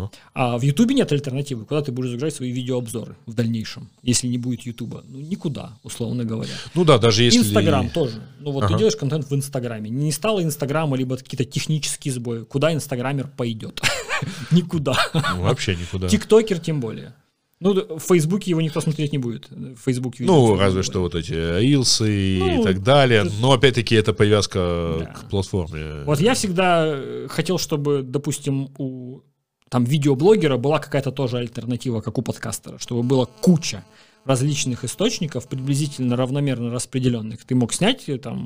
А в Ютубе нет альтернативы. Куда ты будешь загружать свои видеообзоры в дальнейшем, если не будет Ютуба? Ну, никуда, условно говоря. Ну да, даже если... Инстаграм тоже. Ну вот ты делаешь контент в Инстаграме. Не стало Инстаграма, либо какие-то технические сбои. Куда инстаграмер пойдет? Никуда. Вообще никуда. Тиктокер тем более. Ну, в Фейсбуке его никто смотреть не будет. Facebook ну, разве что вот эти рилсы и так далее. Но, опять-таки, это привязка к платформе. Вот я всегда хотел, чтобы, допустим, у там видеоблогера была какая-то тоже альтернатива, как у подкастера. Чтобы была куча различных источников, приблизительно равномерно распределенных. Ты мог снять там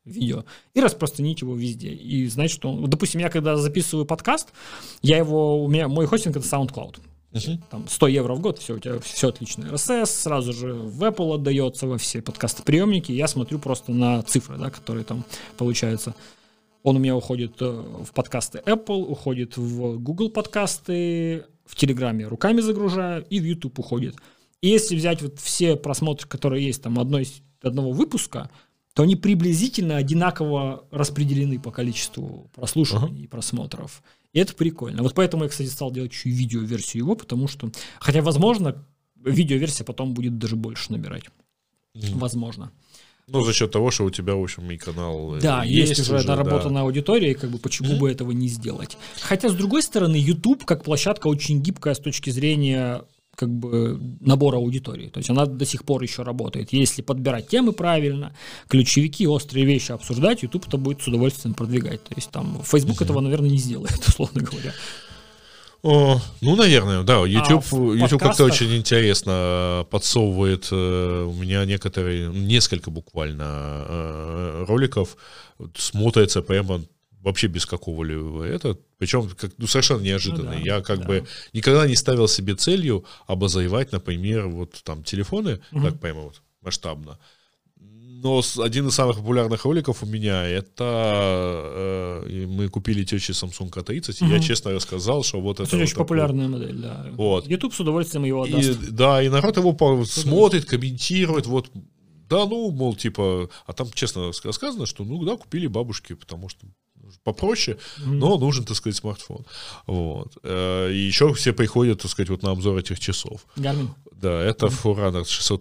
видео, и распространить его везде. И знать, что... Допустим, я когда записываю подкаст, мой хостинг — это SoundCloud. Там 100 евро в год, все, у тебя все отлично. RSS сразу же в Apple отдается, во все подкастоприемники. Я смотрю просто на цифры, да, которые там получаются. Он у меня уходит в подкасты Apple, уходит в Google подкасты, в Телеграме руками загружаю, и в YouTube уходит. И если взять вот все просмотры, которые есть там одного выпуска, то они приблизительно одинаково распределены по количеству прослушиваний и просмотров. И это прикольно. Вот поэтому я, кстати, стал делать еще и видеоверсию его, потому что... Хотя, возможно, видеоверсия потом будет даже больше набирать. Возможно. Ну, за счет того, что у тебя, в общем, и канал да, есть уже наработанная аудитория, и как бы почему бы этого не сделать. Хотя, с другой стороны, YouTube как площадка очень гибкая с точки зрения как бы набора аудитории. То есть она до сих пор еще работает. Если подбирать темы правильно, ключевики, острые вещи обсуждать, YouTube это будет с удовольствием продвигать. То есть там Facebook этого, наверное, не сделает, условно говоря. Ну, наверное, да. YouTube как-то очень интересно подсовывает у меня несколько буквально роликов, смотрится прямо вообще без какого-либо причем совершенно неожиданно. Я бы никогда не ставил себе целью обозревать, например, вот там телефоны, так прямо вот масштабно. Но один из самых популярных роликов у меня это мы купили теще Samsung A30, и я честно рассказал, что вот это... Это очень популярная модель, да. Вот. YouTube с удовольствием его отдаст. И народ его смотрит, комментирует, вот. Да, ну, мол, типа, а там честно сказано, что, ну, да, купили бабушки, потому что попроще, но нужен, так сказать, смартфон. Вот. И еще все приходят, так сказать, вот на обзор этих часов. Garmin. Да, это Forerunner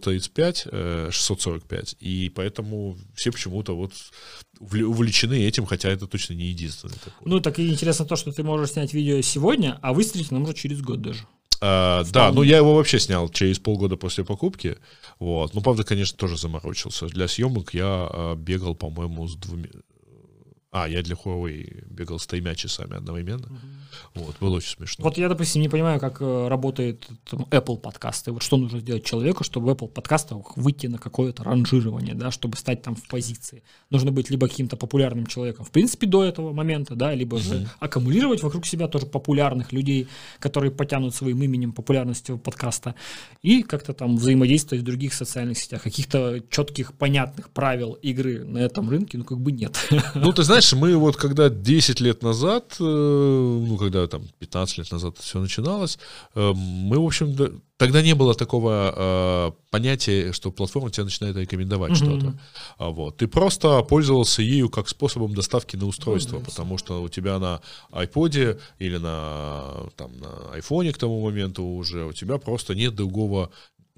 645, и поэтому все почему-то вот увлечены этим, хотя это точно не единственный такой. Ну, так и интересно то, что ты можешь снять видео сегодня, а выстрелить оно может через год даже. Да, ну я его вообще снял через полгода после покупки. Вот. Ну, правда, конечно, тоже заморочился. Для съемок я бегал, по-моему, с 2... я для Huawei бегал с 3 часами одновременно. Вот, было очень смешно. Вот я, допустим, не понимаю, как работает Apple подкасты. Вот что нужно сделать человеку, чтобы в Apple подкастах выйти на какое-то ранжирование, да, чтобы стать там в позиции. Нужно быть либо каким-то популярным человеком, в принципе, до этого момента, да, либо же аккумулировать вокруг себя тоже популярных людей, которые потянут своим именем популярностью подкаста, и как-то там взаимодействовать в других социальных сетях. Каких-то четких, понятных правил игры на этом рынке, ну, как бы нет. Ну, ты знаешь, мы вот когда 10 лет назад, ну, когда там 15 лет назад все начиналось, мы, в общем, тогда не было такого понятия, что платформа тебе начинает рекомендовать что-то. Вот. Ты просто пользовался ею как способом доставки на устройство, потому что у тебя на iPod или на iPhone к тому моменту уже у тебя просто нет другого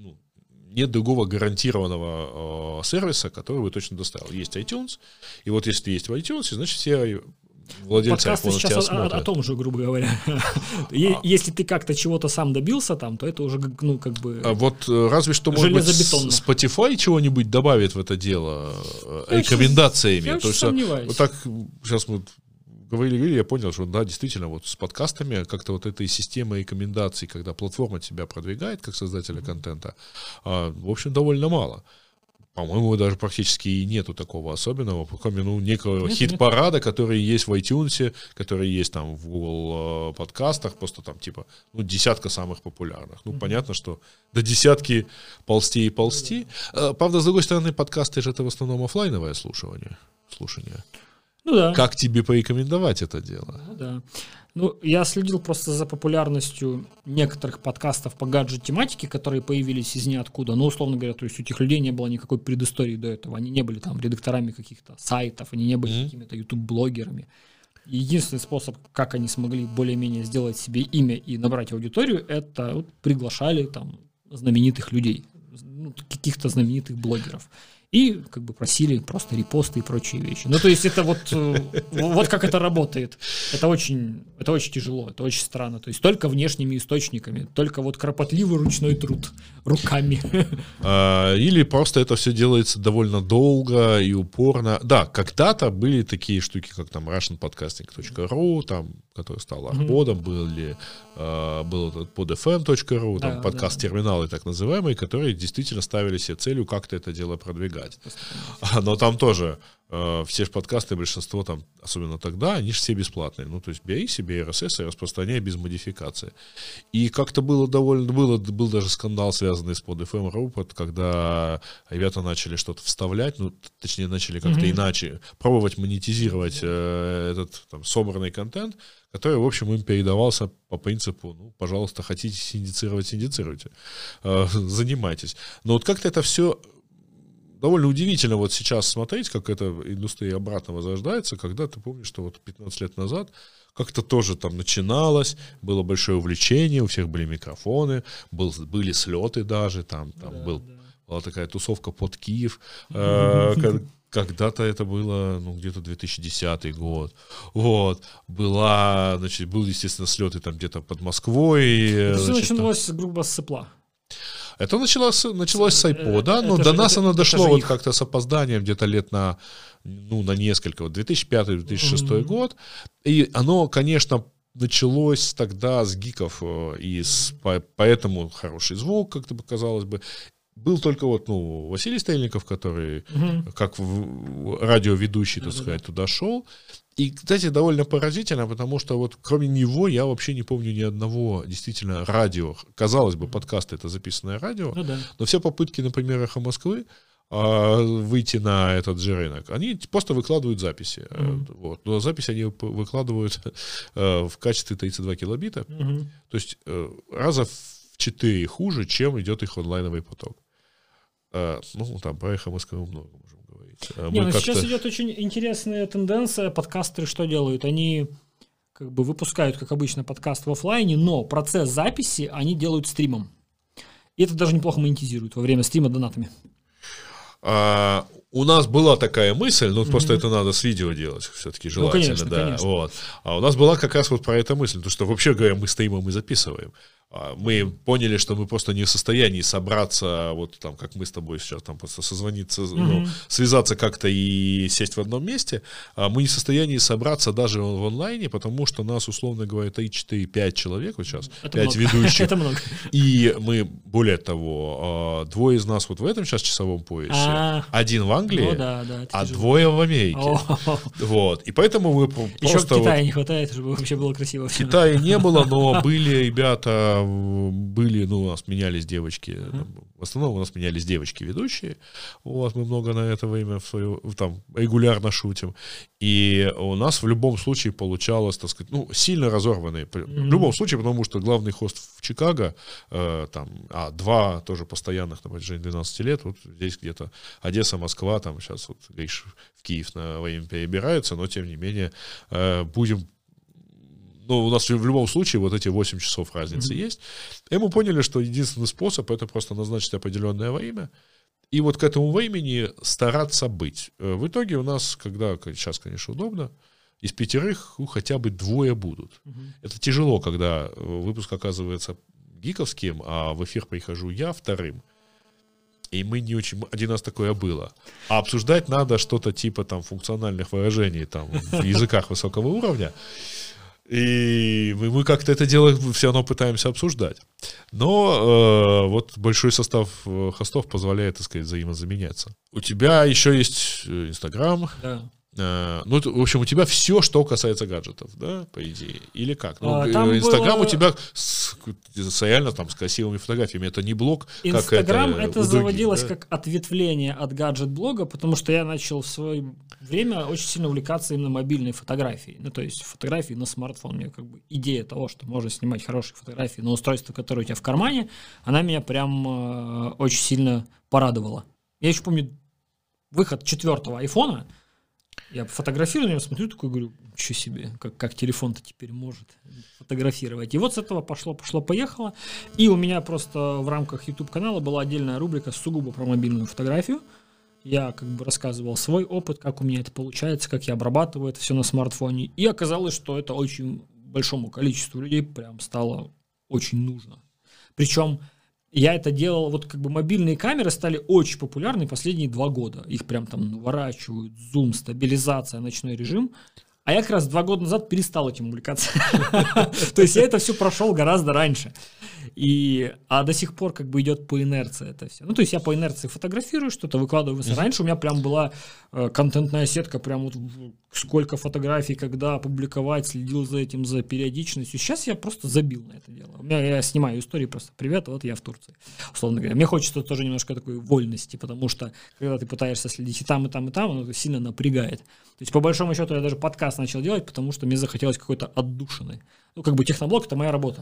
гарантированного сервиса, который бы точно доставил. Есть iTunes, и вот если ты есть в iTunes, значит все владельцы iPhone тебя смотрят. О том же, грубо говоря. Если ты как-то чего-то сам добился там, то это уже, ну, как бы... Вот разве что, может быть, Spotify чего-нибудь добавит в это дело рекомендациями. Я очень сомневаюсь. Вот так сейчас мы говорили, я понял, что да, действительно, вот с подкастами как-то вот этой системы рекомендаций, когда платформа тебя продвигает как создателя контента, в общем, довольно мало. По-моему, даже практически и нету такого особенного, кроме некого хит-парада, который есть в iTunes, который есть там в Google подкастах, просто там типа десятка самых популярных. Ну, понятно, что до десятки ползти и ползти. Правда, с другой стороны, подкасты же это в основном офлайновое слушание. Ну да. Как тебе порекомендовать это дело? Ну, да. Ну, я следил просто за популярностью некоторых подкастов по гаджет-тематике, которые появились из ниоткуда. Ну, условно говоря, то есть у этих людей не было никакой предыстории до этого. Они не были там редакторами каких-то сайтов, они не были какими-то YouTube-блогерами. Единственный способ, как они смогли более-менее сделать себе имя и набрать аудиторию, это вот приглашали там знаменитых людей, каких-то знаменитых блогеров. И как бы просили просто репосты и прочие вещи. Ну, то есть это вот как это работает. Это очень тяжело, это очень странно. То есть только внешними источниками, только вот кропотливый ручной труд руками. Или просто это все делается довольно долго и упорно. Да, когда-то были такие штуки, как там russianpodcasting.ru, там, который стал арподом, был этот podfm.ru, там подкаст-терминалы так называемые, которые действительно действительно ставили себе целью как-то это дело продвигать. Но там тоже все же подкасты, большинство там, особенно тогда, они же все бесплатные. Ну, то есть бери себе RSS и распространяй без модификации. И как-то был даже скандал, связанный с PodFM, когда ребята начали что-то вставлять, ну, точнее, начали как-то иначе пробовать монетизировать этот там, собранный контент, который, в общем, им передавался по принципу, ну, пожалуйста, хотите синдицируйте, занимайтесь. Но вот как-то это все довольно удивительно вот сейчас смотреть, как эта индустрия обратно возрождается, когда ты помнишь, что вот 15 лет назад как-то тоже там начиналось, было большое увлечение, у всех были микрофоны, были слеты даже, там была такая тусовка под Киев, когда-то это было, ну, где-то 2010 год. Вот. Был, естественно, слеты там где-то под Москвой. Это все началось, грубо, с Сепла. Это началось с iPod, но до нас оно дошло вот как-то с опозданием где-то лет на несколько, вот 2005-2006 год. И оно, конечно, началось тогда с гиков, и поэтому хороший звук, как-то показалось бы. Был только вот, Василий Стрельников, который как радиоведущий, так сказать, туда шел. И, кстати, довольно поразительно, потому что вот кроме него я вообще не помню ни одного действительно радио. Казалось бы, подкасты — это записанное радио, но все попытки, например, «Эхо Москвы» выйти на этот же рынок, они просто выкладывают записи. Вот. Но записи они выкладывают в качестве 32 килобита. То есть раза в 4 хуже, чем идет их онлайновый поток. Там про «Эхо Москвы» много можем говорить. Сейчас идет очень интересная тенденция. Подкастеры что делают? Они как бы выпускают, как обычно, подкаст в офлайне, но процесс записи они делают стримом. И это даже неплохо монетизируют во время стрима донатами. У нас была такая мысль, но просто это надо с видео делать, все-таки желательно. Конечно, конечно. Вот. А у нас была как раз вот про эту мысль, потому что вообще говоря, мы стримом и записываем. Мы поняли, что мы просто не в состоянии собраться, вот там, как мы с тобой сейчас, там просто созвониться, связаться как-то и сесть в одном месте. Мы не в состоянии собраться даже в онлайне, потому что нас, условно говоря, 3, 4, 5 человек, вот сейчас, это 5 много. Ведущих. Это много. И мы, более того, 2 из нас вот в этом сейчас часовом поясе, 1 в Англии, а 2 в Америке. Вот. И поэтому мы просто... Еще в Китае не хватает, чтобы вообще было красиво. В Китае не было, но были ребята, у нас менялись девочки, в основном у нас менялись девочки-ведущие, вот, мы много на это время там регулярно шутим, и у нас в любом случае получалось, так сказать, сильно разорванные, в любом случае, потому что главный хост в Чикаго, 2 тоже постоянных на протяжении 12 лет, вот здесь где-то Одесса, Москва, там сейчас вот Гриш в Киев на время перебираются, но тем не менее будем. У нас в любом случае вот эти 8 часов разницы есть. И мы поняли, что единственный способ — это просто назначить определенное время. И вот к этому времени стараться быть. В итоге у нас, когда сейчас, конечно, удобно, из 5 хотя бы 2 будут. Это тяжело, когда выпуск оказывается гиковским, а в эфир прихожу я 2-м. И мы не очень... Один раз такое было. А обсуждать надо что-то типа там функциональных выражений там, в языках высокого уровня. И мы как-то это дело все равно пытаемся обсуждать. Но вот большой состав хостов позволяет, так сказать, взаимозаменяться. У тебя еще есть Инстаграм. Да. В общем, у тебя все, что касается гаджетов, да, по идее, или как? Инстаграм у тебя реально там с красивыми фотографиями, это не блог, Инстаграм как это заводилось как ответвление от гаджет-блога, потому что я начал в свое время очень сильно увлекаться именно мобильной фотографией, то есть фотографии на смартфон. Мне как бы идея того, что можно снимать хорошие фотографии на устройство, которое у тебя в кармане, она меня прям очень сильно порадовала. Я еще помню выход 4-го айфона. Я фотографирую, я смотрю, такой, говорю, ничего себе, как телефон-то теперь может фотографировать. И вот с этого пошло-поехало. И у меня просто в рамках YouTube-канала была отдельная рубрика сугубо про мобильную фотографию. Я как бы рассказывал свой опыт, как у меня это получается, как я обрабатываю это все на смартфоне. И оказалось, что это очень большому количеству людей прям стало очень нужно. Причем я это делал, вот как бы мобильные камеры стали очень популярны последние 2 года. Их прям там наворачивают, зум, стабилизация, ночной режим. А я как раз 2 года назад перестал этим увлекаться. То есть я это все прошел гораздо раньше. А до сих пор как бы идет по инерции это все. Ну, то есть я по инерции фотографирую, что-то выкладываю. Раньше у меня прям была контентная сетка, прям вот сколько фотографий, когда опубликовать, следил за этим, за периодичностью. Сейчас я просто забил на это дело. Я снимаю истории просто. Привет, вот я в Турции, условно говоря. Мне хочется тоже немножко такой вольности, потому что когда ты пытаешься следить и там, оно сильно напрягает. То есть по большому счету я даже подкаст начал делать, потому что мне захотелось какой-то отдушины. Ну, как бы техноблог — это моя работа.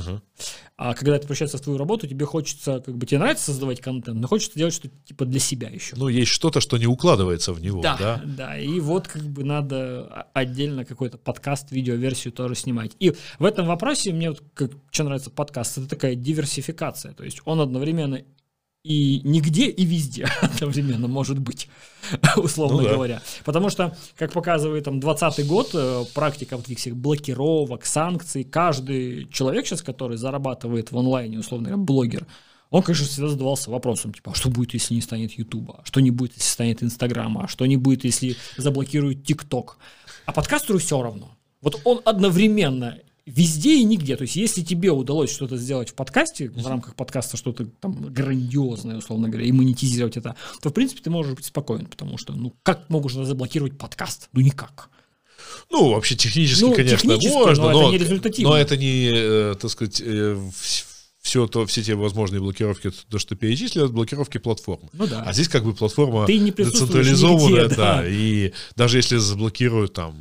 А когда это превращается в твою работу, тебе хочется, как бы тебе нравится создавать контент, но хочется делать что-то типа для себя еще. Ну, есть что-то, что не укладывается в него, да? Да, и вот как бы надо отдельно какой-то подкаст, видеоверсию тоже снимать. И в этом вопросе мне вот что нравится подкаст, это такая диверсификация, то есть он одновременно и нигде, и везде одновременно может быть, условно говоря. Потому что, как показывает там 2020 год, практика вот этих всех блокировок, санкций, каждый человек сейчас, который зарабатывает в онлайне, условно говоря, блогер, он, конечно, всегда задавался вопросом, типа, а что будет, если не станет Ютуба, а что не будет, если станет Инстаграма, а что не будет, если заблокируют ТикТок. А подкастеру все равно. Вот он одновременно везде и нигде. То есть, если тебе удалось что-то сделать в подкасте, в рамках подкаста что-то там грандиозное, условно говоря, и монетизировать это, то, в принципе, ты можешь быть спокоен, потому что, ну, как можно заблокировать подкаст? Ну, никак. Ну, вообще, технически, конечно, можно, но это не результативно. Но это не, так сказать, все те возможные блокировки, то, что перечислили, это блокировки платформ. Ну, да. А здесь как бы платформа децентрализованная, нигде, да, и даже если заблокируют там,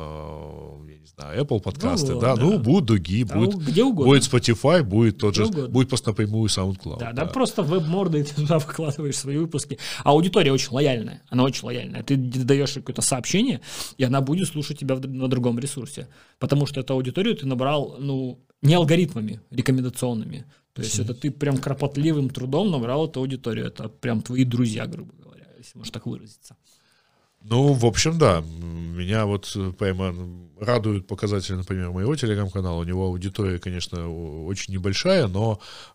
я не знаю, Apple подкасты, будут другие, будет Spotify, будет тот же, будет просто напрямую SoundCloud. Да, просто веб-морды, ты туда выкладываешь свои выпуски. А аудитория очень лояльная, она очень лояльная. Ты даешь какое-то сообщение, и она будет слушать тебя на другом ресурсе, потому что эту аудиторию ты набрал, ну, не алгоритмами рекомендационными. То есть это ты прям кропотливым трудом набрал эту аудиторию. Это прям твои друзья, грубо говоря, если можно так выразиться. Ну, в общем, да. Меня вот прямо радуют показатели, например, моего телеграм-канала. У него аудитория, конечно, очень небольшая, но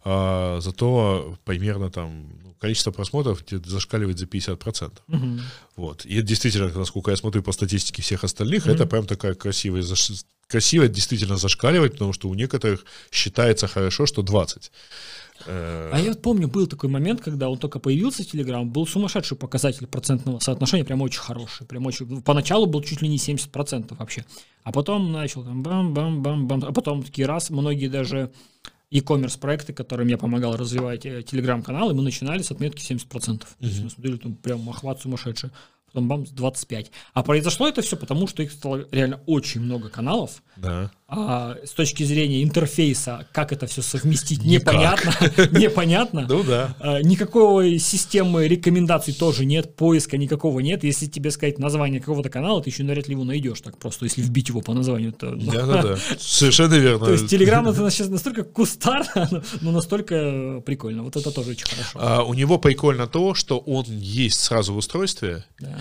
зато примерно там количество просмотров зашкаливает за 50%. Вот. И это действительно, насколько я смотрю по статистике всех остальных, это прям такая красивая действительно зашкаливает, потому что у некоторых считается хорошо, что 20. А я помню, был такой момент, когда он только появился в Телеграм, был сумасшедший показатель процентного соотношения, прям очень хороший, прям очень. Поначалу был чуть ли не 70% вообще, а потом начал там бам-бам-бам-бам, а потом такие раз, многие даже e-commerce проекты, которым я помогал развивать телеграм-каналы, мы начинали с отметки 70%. То есть мы смотрели, там прям охват сумасшедший. Потом бам, 25. А произошло это все потому, что их стало реально очень много каналов. Да. А с точки зрения интерфейса, как это все совместить, непонятно. Ну да. Никакой системы рекомендаций тоже нет, поиска никакого нет. Если тебе сказать название какого-то канала, ты еще навряд ли его найдешь так просто, если вбить его по названию. Да. Совершенно верно. То есть Telegram это сейчас настолько кустарно, но настолько прикольно. Вот это тоже очень хорошо. У него прикольно то, что он есть сразу в устройстве,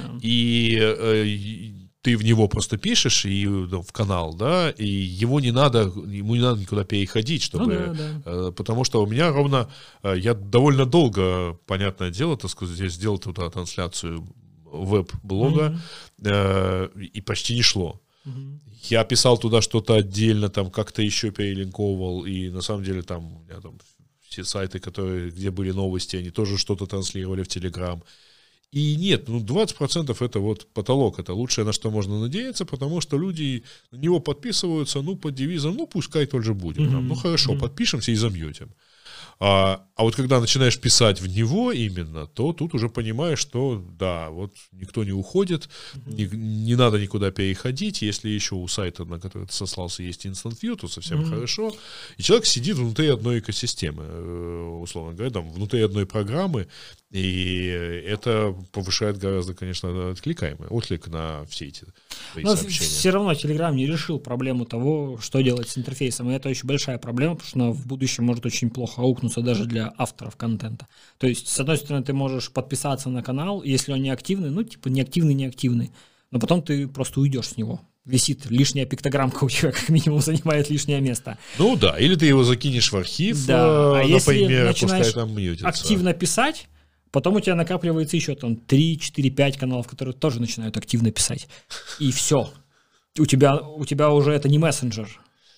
и ты в него просто пишешь в канал, да, и ему не надо никуда переходить, чтобы, потому что у меня я довольно долго, понятное дело, так сказать, сделал туда трансляцию веб-блога, и почти не шло. Я писал туда что-то отдельно, там как-то еще перелинковывал, и на самом деле там у меня там все сайты, где были новости, они тоже что-то транслировали в Telegram. И нет, 20% это вот потолок, это лучшее, на что можно надеяться, потому что люди на него подписываются, под девизом, пускай тот же будет. Хорошо, подпишемся и замьютим. А вот когда начинаешь писать в него именно, то тут уже понимаешь, что да, вот никто не уходит, не надо никуда переходить. Если еще у сайта, на который ты сослался, есть Instant View, то совсем хорошо. И человек сидит внутри одной экосистемы, условно говоря, там, внутри одной программы, и это повышает гораздо, конечно, отклик на все эти сообщения. Все равно Telegram не решил проблему того, что делать с интерфейсом. И это очень большая проблема, потому что она в будущем может очень плохо аукнуться даже для авторов контента. То есть, с одной стороны, ты можешь подписаться на канал, если он не активный, неактивный, но потом ты просто уйдешь с него. Висит лишняя пиктограммка у тебя, как минимум, занимает лишнее место. Ну да, или ты его закинешь в архив, например, пускай там мьютится. Активно писать, потом у тебя накапливается еще там 3, 4, 5 каналов, которые тоже начинают активно писать. И все. У тебя уже это не мессенджер.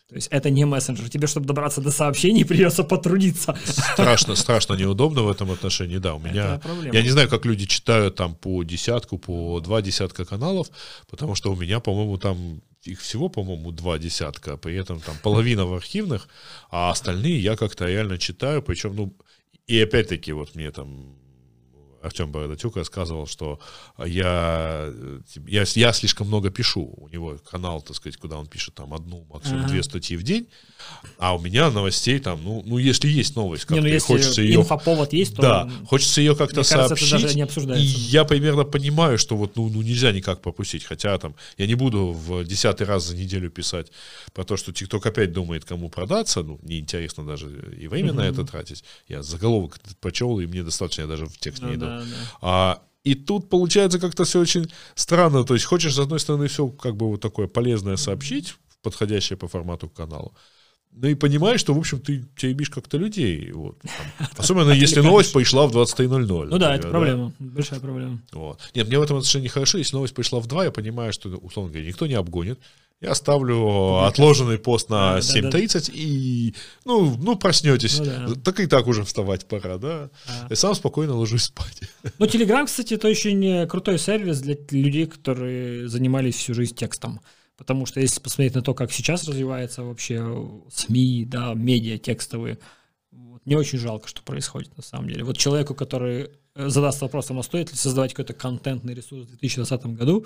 То есть это не мессенджер. Тебе, чтобы добраться до сообщений, придется потрудиться. Страшно неудобно в этом отношении. Да, у меня... Я не знаю, как люди читают там по десятку, по 2 десятка каналов, потому что у меня, по-моему, там их всего, по-моему, 2 десятка, при этом там половина в архивных, а остальные я как-то реально читаю, причем, ну, и опять-таки вот мне там Артем Бородатюк рассказывал, что я слишком много пишу. У него канал, так сказать, куда он пишет там 1, максимум 2 статьи в день, а у меня новостей там, ну если есть новость, как-то если хочется ее... инфоповод есть, то... Да, хочется ее как-то сообщить, это даже не обсуждается. И я примерно понимаю, что вот ну нельзя никак пропустить, хотя там я не буду в 10-й раз за неделю писать про то, что TikTok опять думает, кому продаться, ну, неинтересно даже и время на это тратить. Я заголовок прочел, и мне достаточно, я даже в текст не иду. И тут получается как-то все очень странно. То есть хочешь, с одной стороны, все как бы вот такое полезное сообщить, подходящее по формату каналу, ну и понимаешь, что, в общем, ты теребишь как-то людей. Вот, особенно если новость пришла в 23:00. Ну да, это проблема, большая проблема. Вот. Нет, мне в этом отношении хорошо. Если новость пришла в 2, я понимаю, что, условно говоря, никто не обгонит. Я ставлю отложенный пост на 7:30 и, ну, проснетесь. Так и так уже вставать пора, да? И сам спокойно ложусь спать. Ну, Telegram, кстати, это очень крутой сервис для людей, которые занимались всю жизнь текстом. Потому что если посмотреть на то, как сейчас развивается вообще СМИ, да, медиа текстовые, мне очень жалко, что происходит на самом деле. Вот человеку, который задаст вопросом, а стоит ли создавать какой-то контентный ресурс в 2020 году,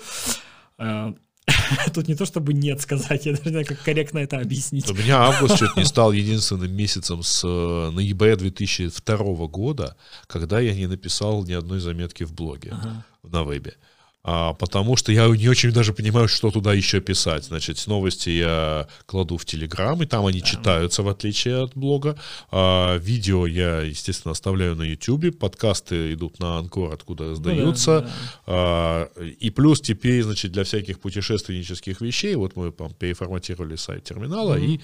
тут не то, чтобы нет сказать, я даже не знаю, как корректно это объяснить. У меня август чуть не стал единственным месяцем с ноября 2002 года, когда я не написал ни одной заметки в блоге на вебе. Потому что я не очень даже понимаю, что туда еще писать. Значит, новости я кладу в Telegram, и там они читаются, в отличие от блога. Видео я, естественно, оставляю на YouTube, подкасты идут на Анкор, откуда сдаются. И плюс теперь, значит, для всяких путешественнических вещей, вот мы переформатировали сайт терминала, и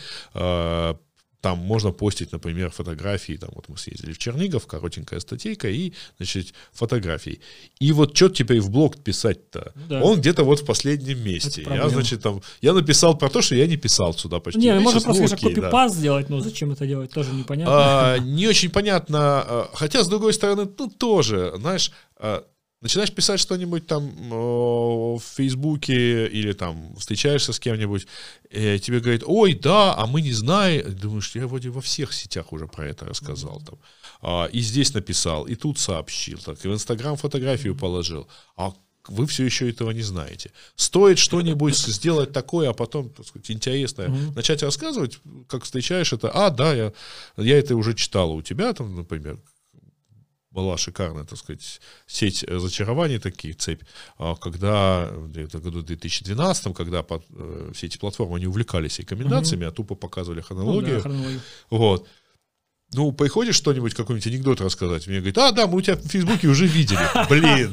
там можно постить, например, фотографии. Там вот мы съездили в Чернигов, коротенькая статейка и, значит, фотографии. И вот что теперь в блог писать-то? Да. Он где-то вот в последнем месте. Я, значит, там, я написал про то, что я не писал сюда почти. Не, можно просто копипаст сделать, но зачем это делать, тоже непонятно. Не очень понятно. Хотя, с другой стороны, ну, тоже, знаешь... Начинаешь писать что-нибудь там в Фейсбуке или там встречаешься с кем-нибудь, тебе говорят, ой, да, а мы не знаем. Думаешь, я вроде во всех сетях уже про это рассказал. Там. И здесь написал, и тут сообщил, так, и в Инстаграм фотографию положил. А вы все еще этого не знаете. Стоит что-нибудь сделать такое, а потом, так сказать, интересное, начать рассказывать, как встречаешь это. Да, я это уже читала у тебя, там, например, была шикарная, так сказать, сеть зачарований, такие, цепь, когда в году 2012, когда все эти платформы, они увлекались рекомендациями, а тупо показывали хронологию. Вот. Ну, приходишь что-нибудь, какой-нибудь анекдот рассказать, мне говорит, да, мы у тебя в Фейсбуке уже видели. Блин.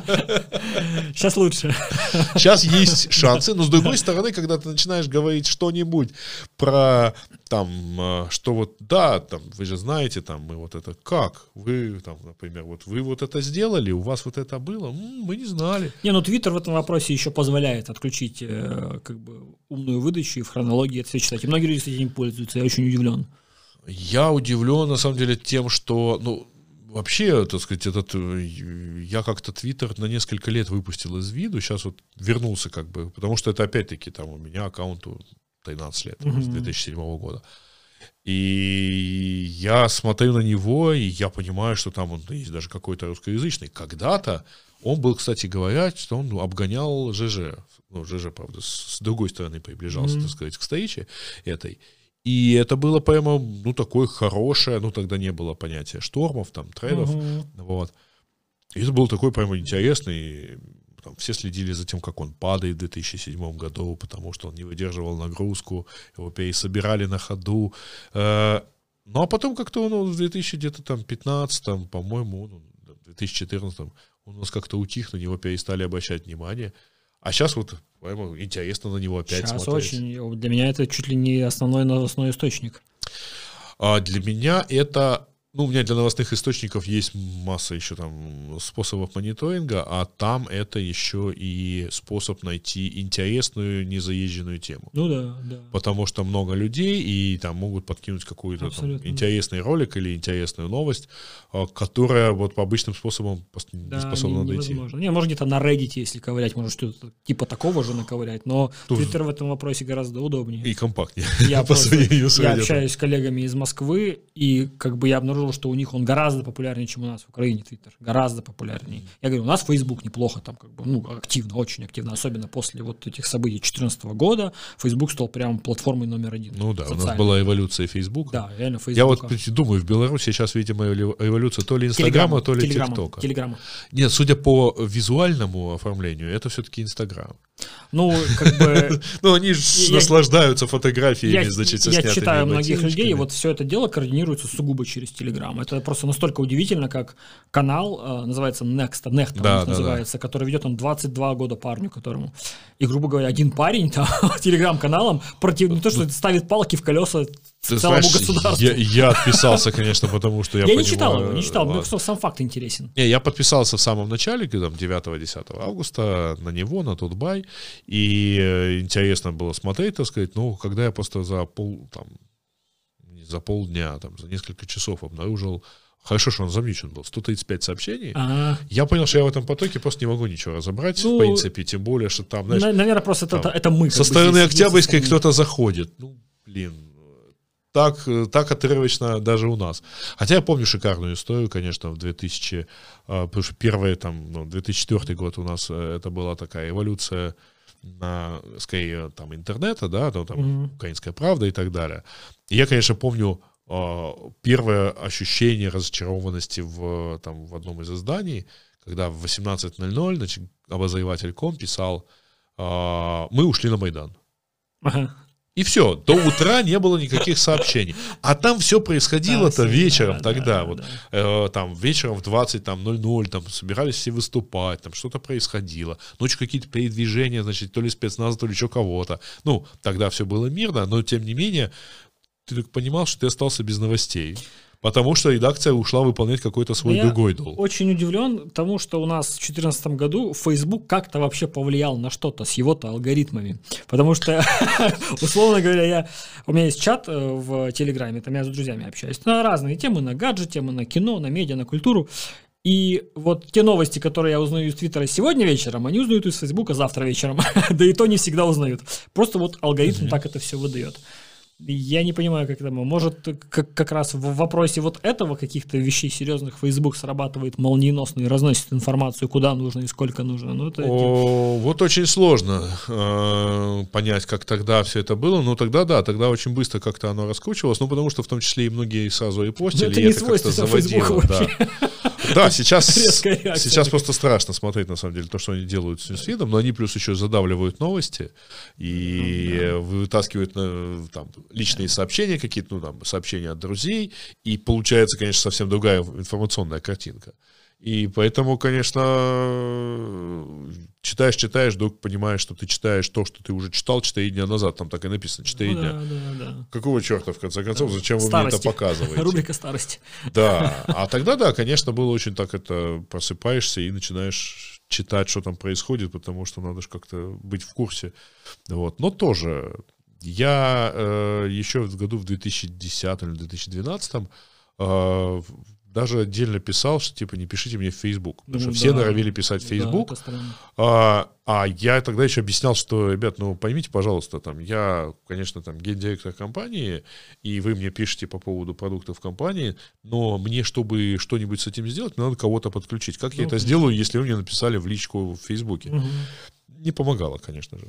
Сейчас лучше. Сейчас есть шансы, но с другой стороны, когда ты начинаешь говорить что-нибудь про, там, что вот, да, там, вы же знаете, там, мы вот это, как? Вы, там, например, вот вы вот это сделали, у вас вот это было? Мы не знали. Не, ну, Твиттер в этом вопросе еще позволяет отключить, как бы, умную выдачу и в хронологии это все читать. И многие люди, кстати, этим пользуются, я очень удивлен. Я удивлен, на самом деле, тем, что, ну, вообще, так сказать, я как-то Твиттер на несколько лет выпустил из виду, сейчас вот вернулся как бы, потому что это опять-таки там у меня аккаунту 13 лет, с 2007 года. И я смотрю на него, и я понимаю, что там он есть даже какой-то русскоязычный. Когда-то он был, кстати говоря, что он обгонял ЖЖ. Ну, ЖЖ, правда, с другой стороны приближался, так сказать, к встрече этой. И это было прямо, ну, такое хорошее, ну, тогда не было понятия штормов, там, трендов, вот. И это был такой прямо интересный, там, все следили за тем, как он падает в 2007 году, потому что он не выдерживал нагрузку, его пересобирали на ходу. Ну, а потом как-то он в 2015, по-моему, в 2014 он у нас как-то утих, на него перестали обращать внимание. А сейчас вот прямо интересно на него опять сейчас смотреть. Очень. Для меня это чуть ли не основной новостной источник. Для меня это Ну, у меня для новостных источников есть масса еще там способов мониторинга, а там это еще и способ найти интересную, незаезженную тему. Ну да, да. Потому что много людей, и там могут подкинуть какой-то там интересный ролик или интересную новость, которая вот по обычным способам не способна дойти. Не, может где-то на Reddit, если ковырять, может что-то типа такого же наковырять, но Twitter в этом вопросе гораздо удобнее. И компактнее. Я общаюсь с коллегами из Москвы, и как бы я обнаружил, что у них он гораздо популярнее, чем у нас в Украине, Twitter. Гораздо популярнее. Я говорю, у нас Facebook неплохо, там как бы, ну, активно, очень активно, особенно после вот этих событий 2014 года. Facebook стал прям платформой номер 1. Ну да, у нас была эволюция Facebook. Да, реально Facebook. Я вот думаю, в Беларуси сейчас, видимо, эволюция то ли Инстаграма, то ли ТикТока. Телеграма. Нет, судя по визуальному оформлению, это все-таки Инстаграм. Ну, как бы... Ну, они же наслаждаются фотографиями, значит, со снятыми. Я читаю многих людей, и вот все это дело координируется сугубо через Телеграм. Это просто настолько удивительно, как канал, называется Next называется, который ведет он 22 года парню, которому. И, грубо говоря, один парень там телеграм-каналом не то, что ставит палки в колеса целому государству. Я отписался, конечно, потому что я не читал его, просто сам факт интересен. Я подписался в самом начале, там 9-10 августа на него, на Тутбай, и интересно было смотреть, так сказать, но когда я просто за полдня, там, за несколько часов обнаружил, хорошо, что он замечен был, 135 сообщений, я понял, что я в этом потоке просто не могу ничего разобрать, в принципе, тем более, что там, знаешь... Наверное, просто это мы. Со стороны Октябрьской кто-то заходит, так отрывочно даже у нас. Хотя я помню шикарную историю, конечно, в 2000, потому что первый, 2004 год у нас это была такая эволюция, скорее, там, интернета, да, там, «Украинская правда» и так далее. И я, конечно, помню первое ощущение разочарованности в одном из изданий, когда в 18:00, значит, обозреватель.ком писал: «Мы ушли на Майдан». И все, до утра не было никаких сообщений. А там все происходило-то вечером тогда. Там вечером в 20:00 там собирались все выступать, там что-то происходило. Ночью какие-то передвижения, значит, то ли спецназа, то ли еще кого-то. Ну, тогда все было мирно, но тем не менее ты понимал, что ты остался без новостей. Потому что редакция ушла выполнять какой-то свой другой долг. Я очень удивлен тому, что у нас в 2014 году Facebook как-то вообще повлиял на что-то с его-то алгоритмами. Потому что, условно говоря, у меня есть чат в Телеграме, там я с друзьями общаюсь на разные темы, на гаджет, темы на кино, на медиа, на культуру. И вот те новости, которые я узнаю из Твиттера сегодня вечером, они узнают из Фейсбука завтра вечером. Да и то не всегда узнают. Просто вот алгоритм так это все выдает. Я не понимаю, как это может как раз в вопросе вот этого каких-то вещей серьезных Facebook срабатывает молниеносно и разносит информацию, куда нужно и сколько нужно. Ну, это... Вот очень сложно понять, как тогда все это было. Но тогда очень быстро как-то оно раскручивалось. Ну, потому что в том числе и многие сразу и постили, это и это как-то заводило. Да, сейчас просто страшно смотреть, на самом деле, то, что они делают с ньюсфидом, но они плюс еще задавливают новости и вытаскивают там личные сообщения какие-то, сообщения от друзей, и получается, конечно, совсем другая информационная картинка. И поэтому, конечно, читаешь, вдруг понимаешь, что ты читаешь то, что ты уже читал 4 дня назад. Там так и написано, 4 дня. Да. Какого черта, в конце концов, зачем вы мне это показываете? Рубрика «Старости». Да, а тогда, да, конечно, было очень так просыпаешься и начинаешь читать, что там происходит, потому что надо же как-то быть в курсе. Вот. Но тоже я еще в году в 2010 или 2012 даже отдельно писал, что типа не пишите мне в Facebook. Потому что все норовили писать в Facebook. А я тогда еще объяснял, что, ребят, поймите, пожалуйста, я, конечно, гендиректор компании, и вы мне пишете по поводу продуктов компании, но мне, чтобы что-нибудь с этим сделать, мне надо кого-то подключить. Как я это сделаю, если вы мне написали в личку в Фейсбуке? Не помогало, конечно же.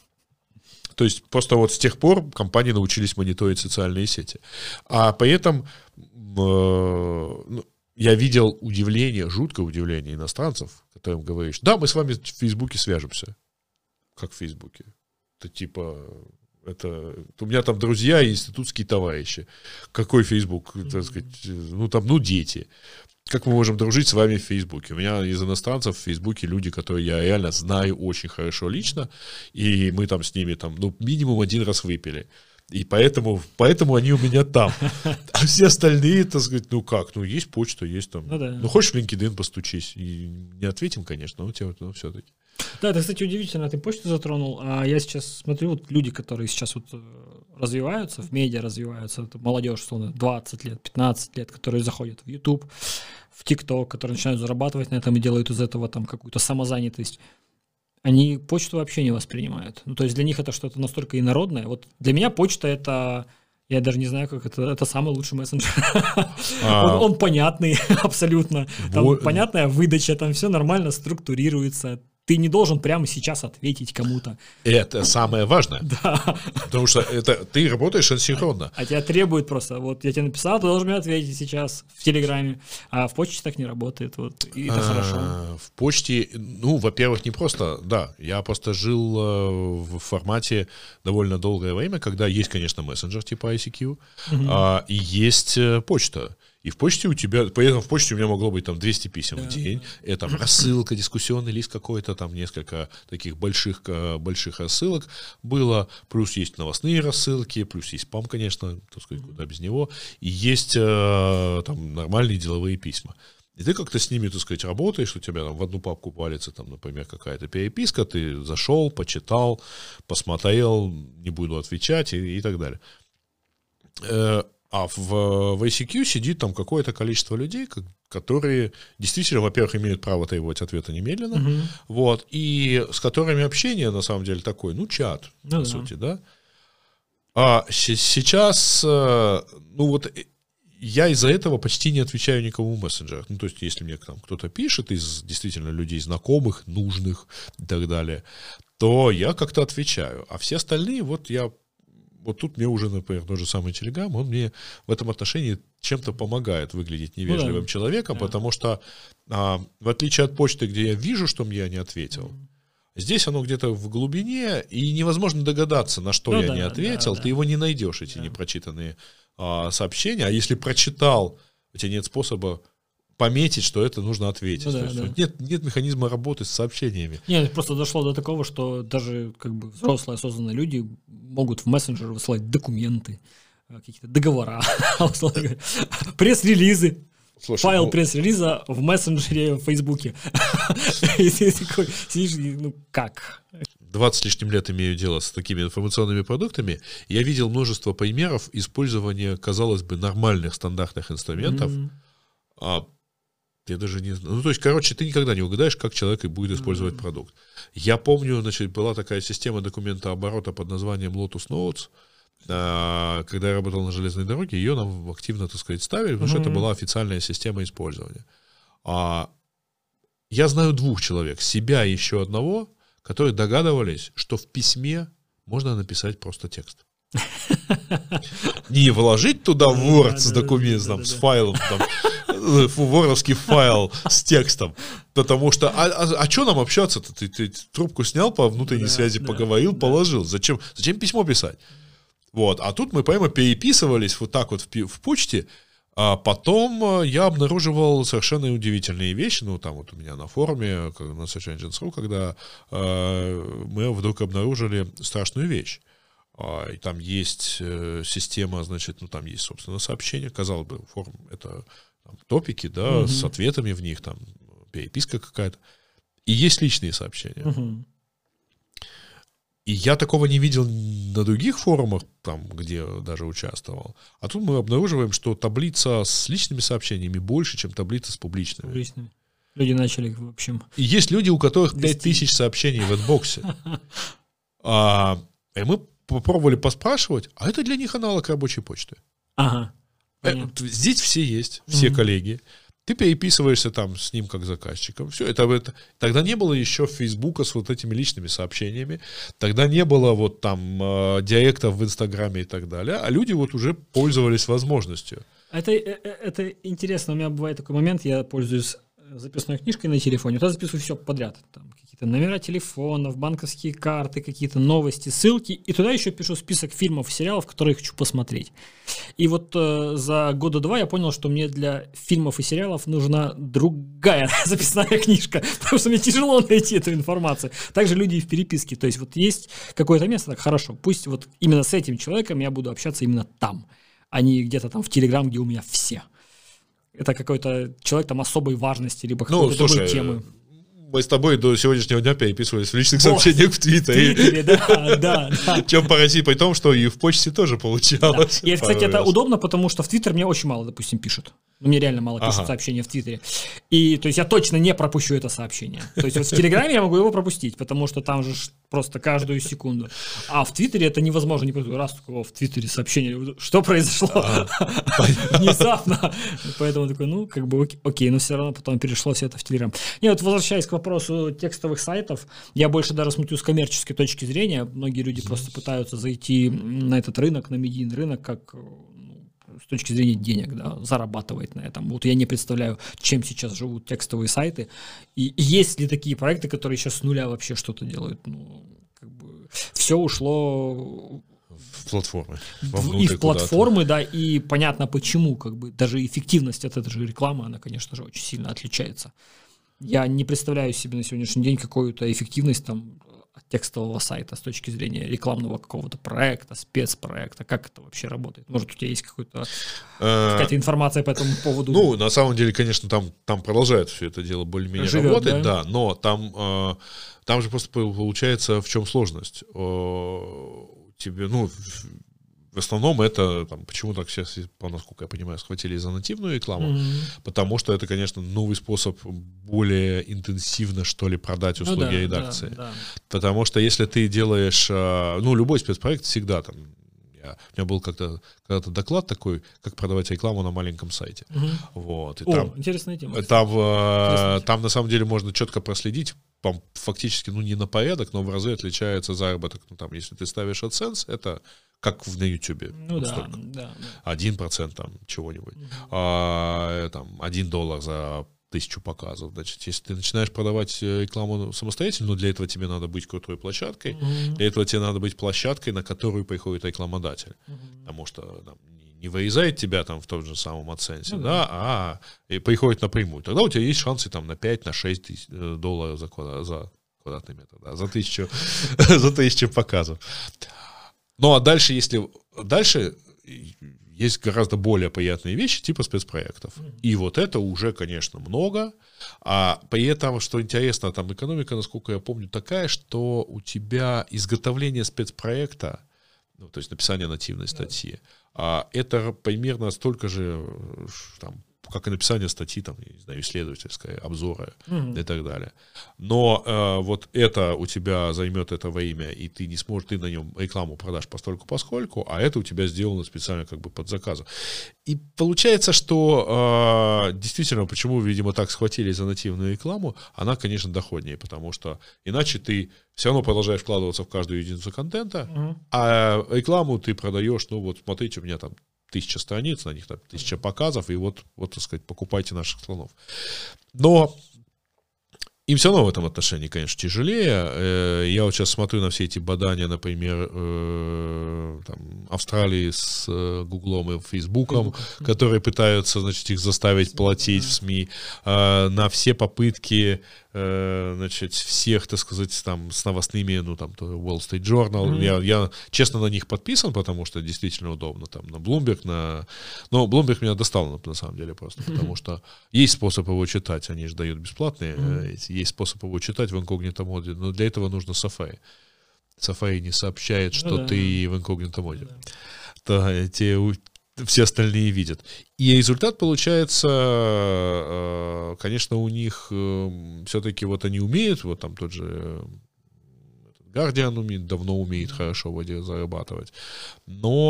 То есть просто вот с тех пор компании научились мониторить социальные сети. А при этом я видел жуткое удивление иностранцев, которым говоришь: да, мы с вами в Фейсбуке свяжемся. Как в Фейсбуке? Это типа... у меня там друзья и институтские товарищи. Какой Фейсбук? Так сказать, дети. Как мы можем дружить с вами в Фейсбуке? У меня из иностранцев в Фейсбуке люди, которые я реально знаю очень хорошо лично, и мы там с ними минимум один раз выпили. И поэтому они у меня там. А все остальные, так сказать, ну как, ну есть почта, есть там. Ну хочешь в LinkedIn постучись. И не ответим, конечно, но все-таки. Да, это, кстати, удивительно, ты почту затронул, а я сейчас смотрю, вот люди, которые сейчас вот развиваются, в медиа развиваются, это молодежь, условно, 20 лет, 15 лет, которые заходят в YouTube, в TikTok, которые начинают зарабатывать на этом и делают из этого там какую-то самозанятость, они почту вообще не воспринимают. Ну, то есть для них это что-то настолько инородное. Вот для меня почта — это... Я даже не знаю, как это самый лучший мессенджер. Он понятный абсолютно. Там понятная выдача, там все нормально структурируется. Ты не должен прямо сейчас ответить кому-то. Это самое важное. Да. Потому что ты работаешь асинхронно. А тебя требует просто, вот я тебе написал, ты должен мне ответить сейчас в Телеграме. А в почте так не работает. Вот, и это хорошо. В почте, ну, во-первых, не просто, да, я просто жил в формате довольно долгое время, когда есть, конечно, мессенджер типа ICQ, и есть почта. И в почте у тебя, поэтому в почте у меня могло быть там 200 писем в день, это рассылка, дискуссионный лист какой-то, там несколько таких больших рассылок было, плюс есть новостные рассылки, плюс есть спам, конечно, так сказать, куда без него, и есть там нормальные деловые письма. И ты как-то с ними, так сказать, работаешь, у тебя там в одну папку валится, там, например, какая-то переписка, ты зашел, почитал, посмотрел, не буду отвечать и так далее. А в ICQ сидит там какое-то количество людей, которые действительно, во-первых, имеют право требовать ответа немедленно, вот, и с которыми общение, на самом деле, такое, ну, чат, по сути, да. А сейчас, ну, вот, я из-за этого почти не отвечаю никому в мессенджерах. Ну, то есть, если мне там кто-то пишет из действительно людей знакомых, нужных и так далее, то я как-то отвечаю. А все остальные, вот тут мне уже, например, тот же самый Telegram, он мне в этом отношении чем-то помогает выглядеть невежливым человеком, потому что, в отличие от почты, где я вижу, что мне не ответил, здесь оно где-то в глубине, и невозможно догадаться, на что я не ответил, ты его не найдешь, эти непрочитанные сообщения, а если прочитал, у тебя нет способа пометить, что это нужно ответить. Нет механизма работы с сообщениями. Нет, просто дошло до такого, что даже как бы взрослые осознанные люди могут в мессенджер высылать документы, какие-то договора, пресс-релизы. Файл пресс-релиза в мессенджере в Фейсбуке. И ты такой сидишь, ну как? 20 с лишним лет имею дело с такими информационными продуктами. Я видел множество примеров использования, казалось бы, нормальных стандартных инструментов. Я даже не знаю. Ну, то есть, короче, ты никогда не угадаешь, как человек будет использовать продукт. Я помню, значит, была такая система документооборота под названием Lotus Notes. Когда я работал на железной дороге, ее нам активно, так сказать, ставили, потому что это была официальная система использования. Я знаю 2 человек, себя и еще одного, которые догадывались, что в письме можно написать просто текст. Не вложить туда Word с документом, с файлом, там, воровский файл с текстом. Потому что, а что нам общаться-то? Ты трубку снял, по внутренней связи поговорил, положил. Зачем письмо писать? Вот. А тут мы прямо переписывались вот так вот в почте. А потом я обнаруживал совершенно удивительные вещи. Ну, там вот у меня на форуме, на Search Engines Ru, когда мы вдруг обнаружили страшную вещь. И там есть система, значит, ну, там есть, собственно, сообщения. Казалось бы, форум — это там топики, да, с ответами в них, там, переписка какая-то. И есть личные сообщения. И я такого не видел на других форумах, там, где даже участвовал. А тут мы обнаруживаем, что таблица с личными сообщениями больше, чем таблица с публичными. Люди начали, в общем... И есть люди, у которых 5000 сообщений в инбоксе. И мы попробовали поспрашивать, а это для них аналог рабочей почты. Здесь все есть, все коллеги. Ты переписываешься там с ним как заказчиком. Все, это. Тогда не было еще Фейсбука с вот этими личными сообщениями. Тогда не было вот там директов в Инстаграме и так далее. А люди вот уже пользовались возможностью. Это интересно. У меня бывает такой момент, я пользуюсь записной книжкой на телефоне, туда записываю все подряд. Там какие-то номера телефонов, банковские карты, какие-то новости, ссылки. И туда еще пишу список фильмов, сериалов, которые я хочу посмотреть. И вот за года 2 я понял, что мне для фильмов и сериалов нужна другая записная книжка, потому что мне тяжело найти эту информацию. Также люди и в переписке. То есть вот есть какое-то место, так хорошо, пусть вот именно с этим человеком я буду общаться именно там, а не где-то там в Телеграм, где у меня все. Это какой-то человек там особой важности, либо какой-то другой темы. Мы с тобой до сегодняшнего дня переписывались в личных сообщениях в Твиттере. Да. Чем по России, при том, что и в почте тоже получалось. И, кстати, это удобно, потому что в Твиттер мне очень мало, допустим, пишут. Мне реально мало пишут сообщения в Твиттере. И, то есть, я точно не пропущу это сообщение. То есть, вот в Телеграме я могу его пропустить, потому что там же просто каждую секунду. А в Твиттере это невозможно. Не просто раз такого в Твиттере сообщение. Что произошло? Внезапно. Поэтому такой, ну, как бы окей, но все равно потом перешло все это в Телеграм. Не, вот возвращаясь к вопросу текстовых сайтов, я больше даже смотрю с коммерческой точки зрения. Многие люди просто пытаются зайти на этот рынок, на медийный рынок, как с точки зрения денег, да, зарабатывать на этом. Вот я не представляю, чем сейчас живут текстовые сайты. И есть ли такие проекты, которые сейчас с нуля вообще что-то делают? Ну, как бы все ушло в платформы. И в платформы, да, и понятно почему, как бы даже эффективность от этой же рекламы, она, конечно же, очень сильно отличается. Я не представляю себе на сегодняшний день какую-то эффективность там от текстового сайта с точки зрения рекламного какого-то проекта, спецпроекта. Как это вообще работает? Может, у тебя есть какая-то информация по этому поводу? Ну, на самом деле, конечно, там продолжает все это дело более-менее работать, да, но там же просто получается в чем сложность. Тебе, ну, в основном это, там, почему так сейчас, насколько я понимаю, схватили за нативную рекламу, потому что это, конечно, новый способ более интенсивно, что ли, продать услуги редакции. Да. Потому что если ты делаешь, ну, любой спецпроект всегда там, у меня был когда-то доклад такой, как продавать рекламу на маленьком сайте. Вот, и интересная тема. Там на самом деле можно четко проследить, фактически, ну, не на порядок, но в разы отличается заработок. Ну, там, если ты ставишь AdSense, это как на YouTube. Ну, вот да. 1% там чего-нибудь. Там, $1 за 1000 показов. Значит, если ты начинаешь продавать рекламу самостоятельно, но для этого тебе надо быть крутой площадкой, для этого тебе надо быть площадкой, на которую приходит рекламодатель. Потому что там, не вырезает тебя там в том же самом AdSense, а и приходит напрямую. Тогда у тебя есть шансы там на 5-6 $5 за квадратный метр, да, за 1000 показов. Ну, а дальше, дальше есть гораздо более приятные вещи, типа спецпроектов. И вот это уже, конечно, много. А при этом, что интересно, там экономика, насколько я помню, такая, что у тебя изготовление спецпроекта, ну, то есть написание нативной статьи, это примерно столько же, там, как и написание статьи, там, я не знаю, исследовательской, обзора и так далее. Но вот это у тебя займет это время, и ты не сможешь, ты на нем рекламу продашь постольку-поскольку, а это у тебя сделано специально как бы под заказом. И получается, что действительно, почему, видимо, так схватились за нативную рекламу, она, конечно, доходнее, потому что иначе ты все равно продолжаешь вкладываться в каждую единицу контента, а рекламу ты продаешь, ну вот смотрите, у меня там 1000 страниц, на них там 1000 показов, и вот, так сказать, покупайте наших слонов. Но им все равно в этом отношении, конечно, тяжелее. Я вот сейчас смотрю на все эти бадания, например, там, Австралии с Гуглом и Фейсбуком, которые пытаются, значит, их заставить платить в СМИ, на все попытки, значит, всех, так сказать, там, с новостными, ну, там, Wall Street Journal. Я, честно, на них подписан, потому что действительно удобно, там, на Bloomberg, но Bloomberg меня достал, на самом деле, просто, потому что есть способ его читать, они же дают бесплатные, есть способ его читать в инкогнито моде, но для этого нужно Safari. Safari не сообщает, что ты в инкогнито моде. То все остальные видят. И результат получается, конечно, у них все-таки вот они умеют, вот там тот же Guardian давно умеет хорошо в воде зарабатывать,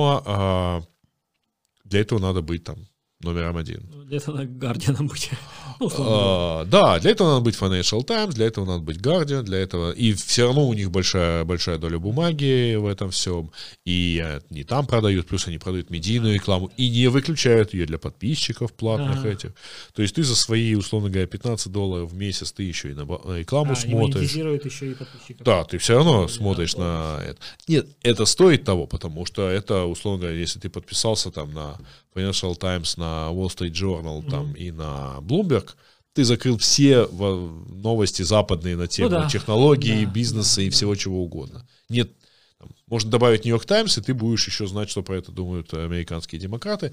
но для этого надо быть там номером 1. Для этого надо Guardian быть. Да, для этого надо быть Financial Times, для этого надо быть Guardian, для этого... И все равно у них большая доля бумаги в этом всем. И не там продают, плюс они продают медийную рекламу и не выключают ее для подписчиков платных этих. То есть ты за свои, условно говоря, $15 в месяц ты еще и на рекламу смотришь. Еще и подписчиков. Да, ты все равно смотришь на это. Нет, это стоит того, потому что это, условно говоря, если ты подписался там на Financial Times, на Wall Street Journal там, и на Bloomberg, ты закрыл все новости западные на тему технологий, бизнеса и всего чего угодно. Нет, там, можно добавить Нью-Йорк Таймс, и ты будешь еще знать, что про это думают американские демократы.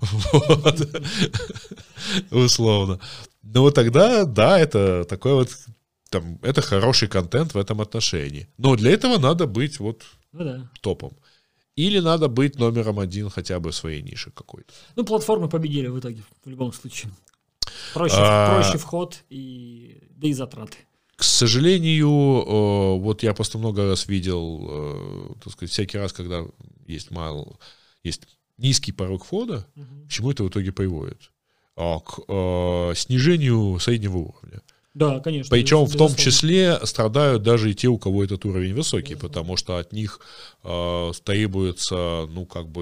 Условно. Но вот тогда, да, это такой вот, там, это хороший контент в этом отношении. Но для этого надо быть вот топом. Или надо быть номером 1 хотя бы в своей нише какой-то. Ну, платформы победили в итоге, в любом случае. Проще вход, да и затраты. К сожалению, вот я просто много раз видел, так сказать, всякий раз, когда есть низкий порог входа, к чему это в итоге приводит? К снижению среднего уровня. Да, конечно. Причем в том числе страдают даже и те, у кого этот уровень высокий, потому что от них требуется,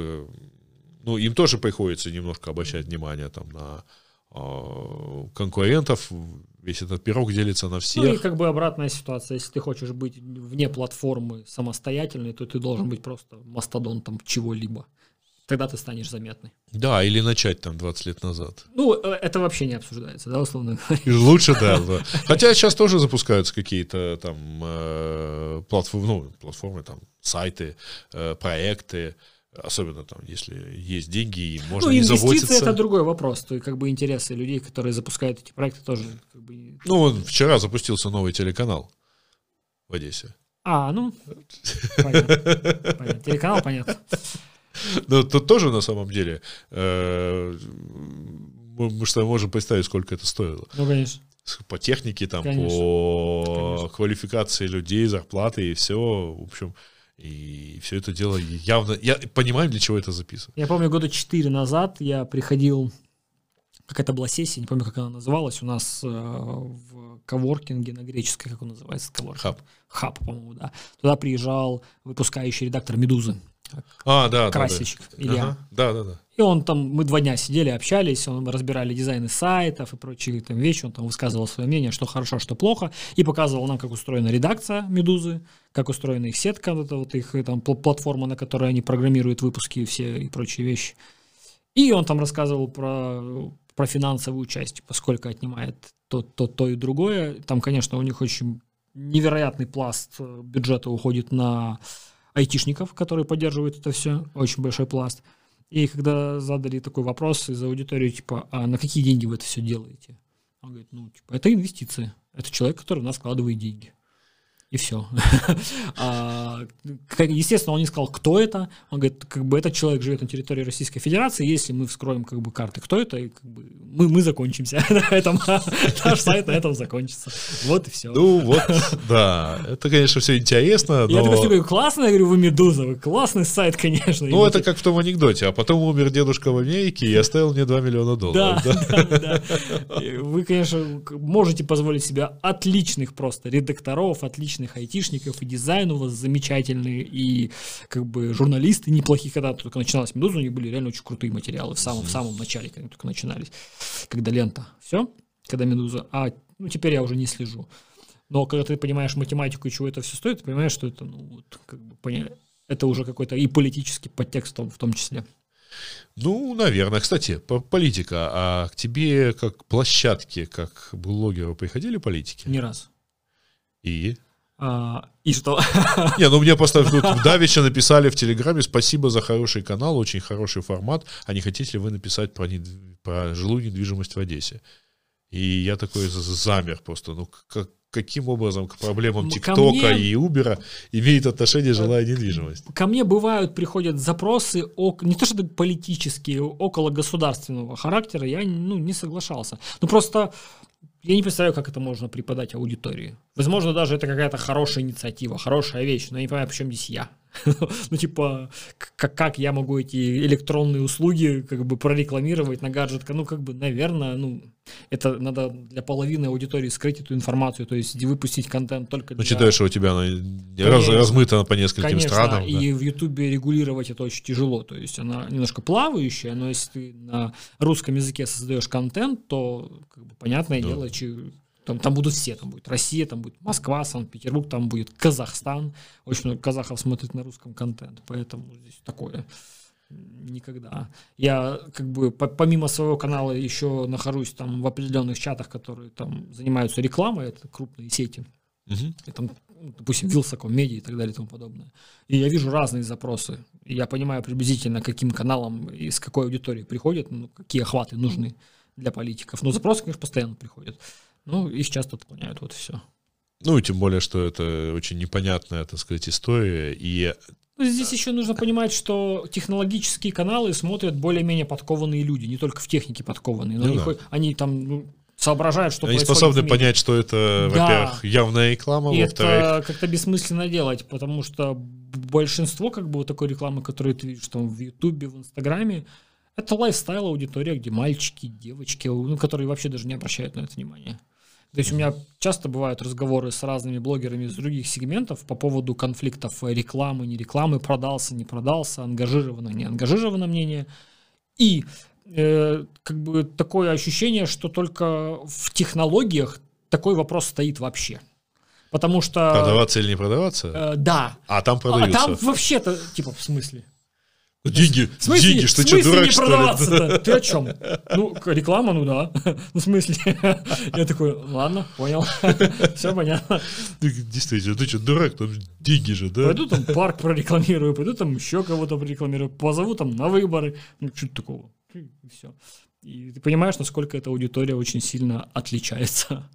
им тоже приходится немножко обращать внимание там на конкурентов, весь этот пирог делится на всех. Ну и как бы обратная ситуация, если ты хочешь быть вне платформы самостоятельной, то ты должен быть просто мастодонтом чего-либо. Тогда ты станешь заметный. Да, или начать там 20 лет назад. Ну, это вообще не обсуждается, да, условно говоря. Лучше, да. Хотя сейчас тоже запускаются какие-то там платформы, там, сайты, проекты. Особенно там, если есть деньги и можно не заботиться. Инвестиции — это другой вопрос. То есть, как бы интересы людей, которые запускают эти проекты, тоже как бы... Вчера запустился новый телеканал в Одессе. Понятно. Телеканал, понятно. Но тут тоже на самом деле мы можем представить, сколько это стоило. Ну, конечно. По технике, там, по квалификации людей, зарплаты и все, в общем... И все это дело явно... Я понимаю, для чего это записано. Я помню, 4 года назад я приходил... Какая-то была сессия, не помню, как она называлась. У нас в коворкинге на греческой, как он называется? Хаб, по-моему, да. Туда приезжал выпускающий редактор «Медузы». Красильщик Илья. Да. И он там, мы 2 дня сидели, общались, мы разбирали дизайны сайтов и прочие там вещи, он там высказывал свое мнение, что хорошо, что плохо, и показывал нам, как устроена редакция «Медузы», как устроена их сетка, вот их там платформа, на которой они программируют выпуски все и прочие вещи. И он там рассказывал про финансовую часть, поскольку отнимает то и другое. Там, конечно, у них очень невероятный пласт бюджета уходит на айтишников, которые поддерживают это все, очень большой пласт. И когда задали такой вопрос из аудитории, типа, а на какие деньги вы это все делаете? Он говорит, это инвестиции. Это человек, который в нас вкладывает деньги. И все. Естественно, он не сказал, кто это. Он говорит, как бы этот человек живет на территории Российской Федерации. Если мы вскроем как бы карты, кто это, и как бы мы закончимся на этом. Наш сайт на этом закончится. Вот и все. Да. Это, конечно, все интересно. Я такой говорю, классно, я говорю, вы «Медуза», вы классный сайт, конечно. Это как в том анекдоте. А потом умер дедушка в Америке и оставил мне $2 миллиона. Да. Вы, конечно, можете позволить себе отличных просто редакторов, отличных айтишников, и дизайн у вас замечательный, и как бы журналисты неплохие. Когда только начиналась «Медуза», у них были реально очень крутые материалы в самом начале, когда только начинались. Когда лента, все, когда «Медуза», теперь я уже не слежу. Но когда ты понимаешь математику и чего это все стоит, ты понимаешь, что это, это уже какой-то и политический подтекст в том числе. Наверное. Кстати, политика. А к тебе как к площадке, как блогеру приходили политики? Не раз. И что? Мне просто давеча написали в Телеграме: спасибо за хороший канал, очень хороший формат. А не хотите ли вы написать про жилую недвижимость в Одессе? И я такой замер просто. Каким образом к проблемам ТикТока и Убера имеет отношение жилая недвижимость? Ко мне приходят запросы не то что политические, около государственного характера. Я не соглашался. Просто я не представляю, как это можно преподать аудитории. Возможно, даже это какая-то хорошая инициатива, хорошая вещь, но я не понимаю, почему здесь я. Ну, типа, как я могу эти электронные услуги как бы прорекламировать на гаджет? Ну, как бы, наверное, ну, это надо для половины аудитории скрыть эту информацию, то есть выпустить контент только для... Учитывая, что у тебя она размыта по нескольким странам. И в Ютубе регулировать это очень тяжело, то есть она немножко плавающая, но если ты на русском языке создаешь контент, то, как бы, понятное дело, там будут все, там будет Россия, там будет Москва, Санкт-Петербург, там будет Казахстан. Очень много казахов смотрит на русском контент, поэтому здесь такое никогда. Я как бы помимо своего канала еще нахожусь там в определенных чатах, которые там занимаются рекламой, это крупные сети. И там, допустим, Вилсаком, Медиа и так далее и тому подобное. И я вижу разные запросы. И я понимаю приблизительно, каким каналам и с какой аудиторией приходят, ну, какие охваты нужны для политиков. Но запросы, конечно, постоянно приходят. Ну, их часто отклоняют, вот и все. Ну, и тем более, что это очень непонятная, так сказать, история. И... Ну, здесь еще нужно понимать, что технологические каналы смотрят более-менее подкованные люди, не только в технике подкованные, но они там соображают, что они происходит способны в мире. понять, что это, во-первых, явная реклама, и во-вторых... это как-то бессмысленно делать, потому что большинство как бы вот такой рекламы, которую ты видишь там в Ютубе, в Инстаграме, это лайфстайл аудитория, где мальчики, девочки, ну, которые вообще даже не обращают на это внимания. То есть у меня часто бывают разговоры с разными блогерами из других сегментов по поводу конфликтов рекламы, не рекламы, продался, не продался, ангажировано, не ангажировано мнение. И как бы такое ощущение, что только в технологиях такой вопрос стоит вообще. Потому что... Продаваться или не продаваться? Да. А там продаются. А там вообще-то, типа, в смысле? Деньги, что, дурак, что ли? Ты о чем? Ну, реклама, ну да. Ну, в смысле? Я такой, ладно, понял. Все понятно. Действительно, ты что, дурак? Там деньги же, да? Пойду там парк прорекламирую, пойду там еще кого-то прорекламирую, позову там на выборы. Ну, что-то такого. И все. И ты понимаешь, насколько эта аудитория очень сильно отличается.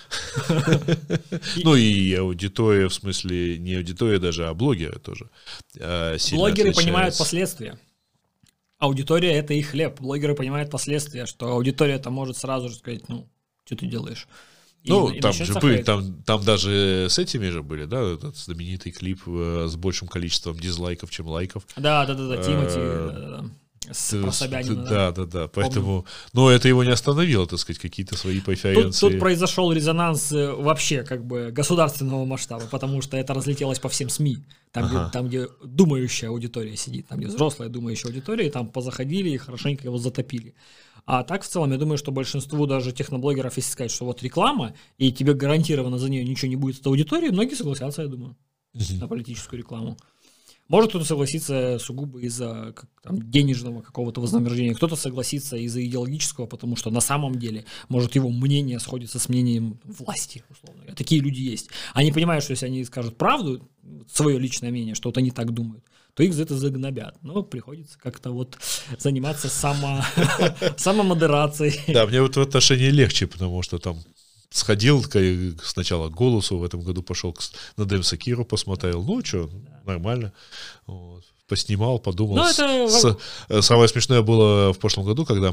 Ну и аудитория, в смысле, не аудитория даже, а блогеры тоже. Блогеры понимают последствия. Аудитория — это их хлеб. Блогеры понимают последствия, что аудитория-то может сразу же сказать, ну, что ты делаешь? Ну, там же были, там даже с этими же были, да, этот знаменитый клип с большим количеством дизлайков, чем лайков. Да, Тимати. Про Собянина. Да. Поэтому, но это его не остановило, так сказать, какие-то свои преференции. Тут произошел резонанс вообще как бы государственного масштаба, потому что это разлетелось по всем СМИ. Там, где думающая аудитория сидит, там, где взрослая думающая аудитория, и там позаходили и хорошенько его затопили. А так, в целом, я думаю, что большинству даже техноблогеров, если сказать, что вот реклама, и тебе гарантированно за нее ничего не будет от аудитории, многие согласятся, я думаю, на политическую рекламу. Может кто-то согласиться сугубо из-за денежного какого-то вознаграждения, кто-то согласится из-за идеологического, потому что на самом деле, может, его мнение сходится с мнением власти, условно говоря. Такие люди есть. Они понимают, что если они скажут правду, свое личное мнение, что вот они так думают, то их за это загнобят. Но приходится как-то вот заниматься самомодерацией. Да, мне вот в отношении легче, потому что там сходил сначала к «Голосу», в этом году пошел на Демса Киру, посмотрел, ну что, нормально, вот. Поснимал, подумал. Самое смешное было в прошлом году, когда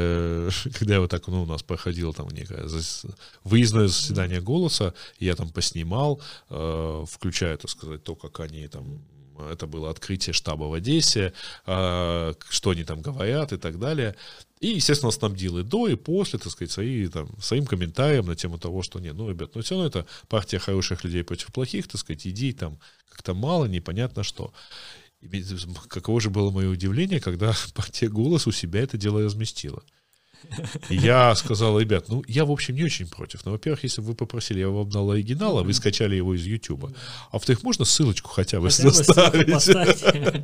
я вот так, у нас проходило там некое выездное заседание «Голоса», я там поснимал, включая, так сказать, то, как они там, это было открытие штаба в Одессе, что они там говорят и так далее. И, естественно, снабдил и до, и после, так сказать, своим комментарием на тему того, что нет, ну, ребят, ну, все равно это партия хороших людей против плохих, так сказать, идей там как-то мало, непонятно что. И каково же было мое удивление, когда партия «Голос» у себя это дело разместила. И я сказал, ребят, ну, я, в общем, не очень против. Но, во-первых, если бы вы попросили, я вам дал оригинал, а вы скачали его из Ютуба. А во-вторых, можно ссылочку хотя бы заставить?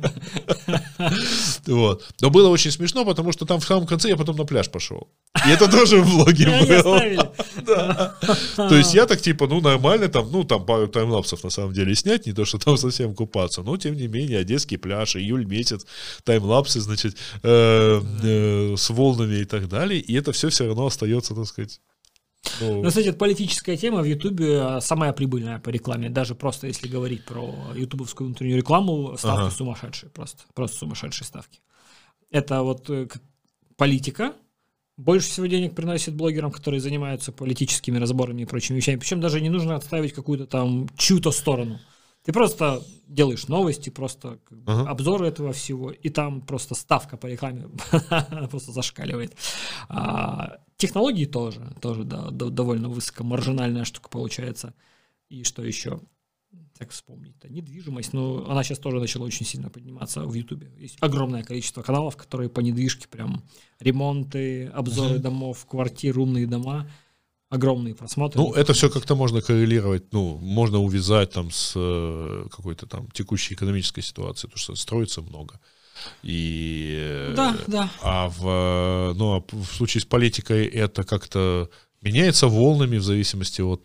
Вот. Но было очень смешно, потому что там в самом конце я потом на пляж пошел. И это тоже в влоге было. Да. То есть я так типа, ну, нормально, там пару таймлапсов на самом деле снять, не то, что там совсем купаться. Но, тем не менее, одесский пляж, июль месяц, таймлапсы, значит, с волнами и так далее. И это все равно остается, так сказать. Ну, кстати, это политическая тема в Ютубе самая прибыльная по рекламе. Даже просто если говорить про ютубовскую внутреннюю рекламу, ставки сумасшедшие, просто сумасшедшие ставки. Это вот политика. Больше всего денег приносит блогерам, которые занимаются политическими разборами и прочими вещами. Причем даже не нужно отставить какую-то там чью-то сторону. Ты просто делаешь новости, просто обзоры этого всего, и там просто ставка по рекламе просто зашкаливает. Технологии тоже да, довольно высокомаржинальная штука получается. И что еще? Так вспомнить-то. Недвижимость, но она сейчас тоже начала очень сильно подниматься в Ютубе. Есть огромное количество каналов, которые по недвижке прям ремонты, обзоры домов, квартир, умные дома. Огромные просмотры. Ну, это все как-то можно коррелировать, ну, можно увязать там с какой-то там текущей экономической ситуацией, потому что строится много. И, да. А в случае с политикой это как-то меняется волнами в зависимости от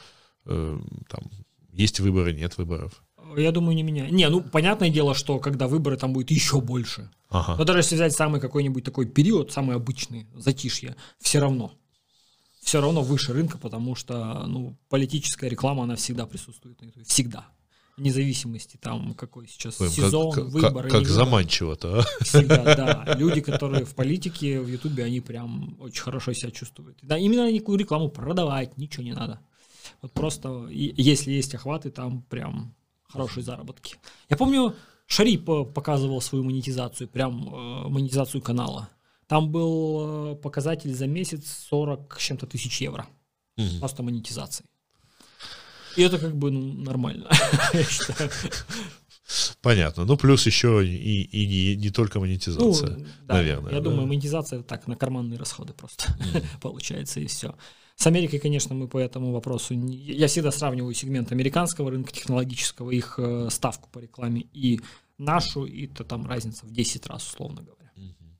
там, есть выборы, нет выборов. Я думаю, не меняется. Не, ну, понятное дело, что когда выборы, там будет еще больше. Ага. Но даже если взять самый какой-нибудь такой период, самый обычный, затишье, все равно выше рынка, потому что, ну, политическая реклама, она всегда присутствует на YouTube. Всегда. Вне зависимости, там, какой сейчас сезон, выборы. Как заманчиво-то, а? Всегда, да. Люди, которые в политике, в Ютубе, они прям очень хорошо себя чувствуют. Да, именно никакую рекламу продавать, ничего не надо. Вот просто, если есть охваты, там прям хорошие заработки. Я помню, Шари показывал свою монетизацию, прям монетизацию канала. Там был показатель за месяц 40 с чем-то тысяч евро. Просто монетизации. И это как бы нормально, я считаю. Понятно. Ну, плюс еще и не только монетизация, ну, да, наверное. Я думаю, монетизация так, на карманные расходы просто получается, и все. С Америкой, конечно, мы по этому вопросу... Я всегда сравниваю сегмент американского рынка технологического, их ставку по рекламе, и нашу, и то там разница в 10 раз, условно говоря.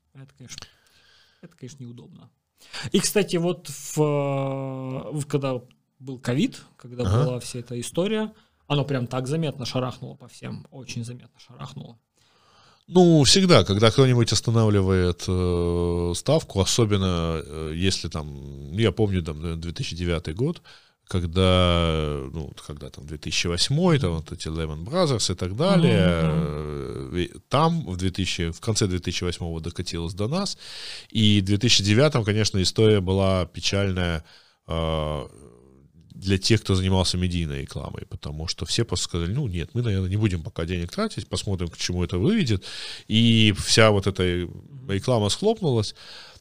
Это, конечно, неудобно. И, кстати, вот когда был ковид, когда была вся эта история, оно прям так заметно шарахнуло по всем, очень заметно шарахнуло. Ну, всегда, когда кто-нибудь останавливает ставку, особенно если там, я помню, там, 2009 год, когда там 2008, там вот эти Lehman Brothers и так далее, там в конце 2008 докатилось до нас, и в 2009, конечно, история была печальная для тех, кто занимался медийной рекламой, потому что все просто сказали, ну нет, мы, наверное, не будем пока денег тратить, посмотрим, к чему это выведет, и вся вот эта реклама схлопнулась,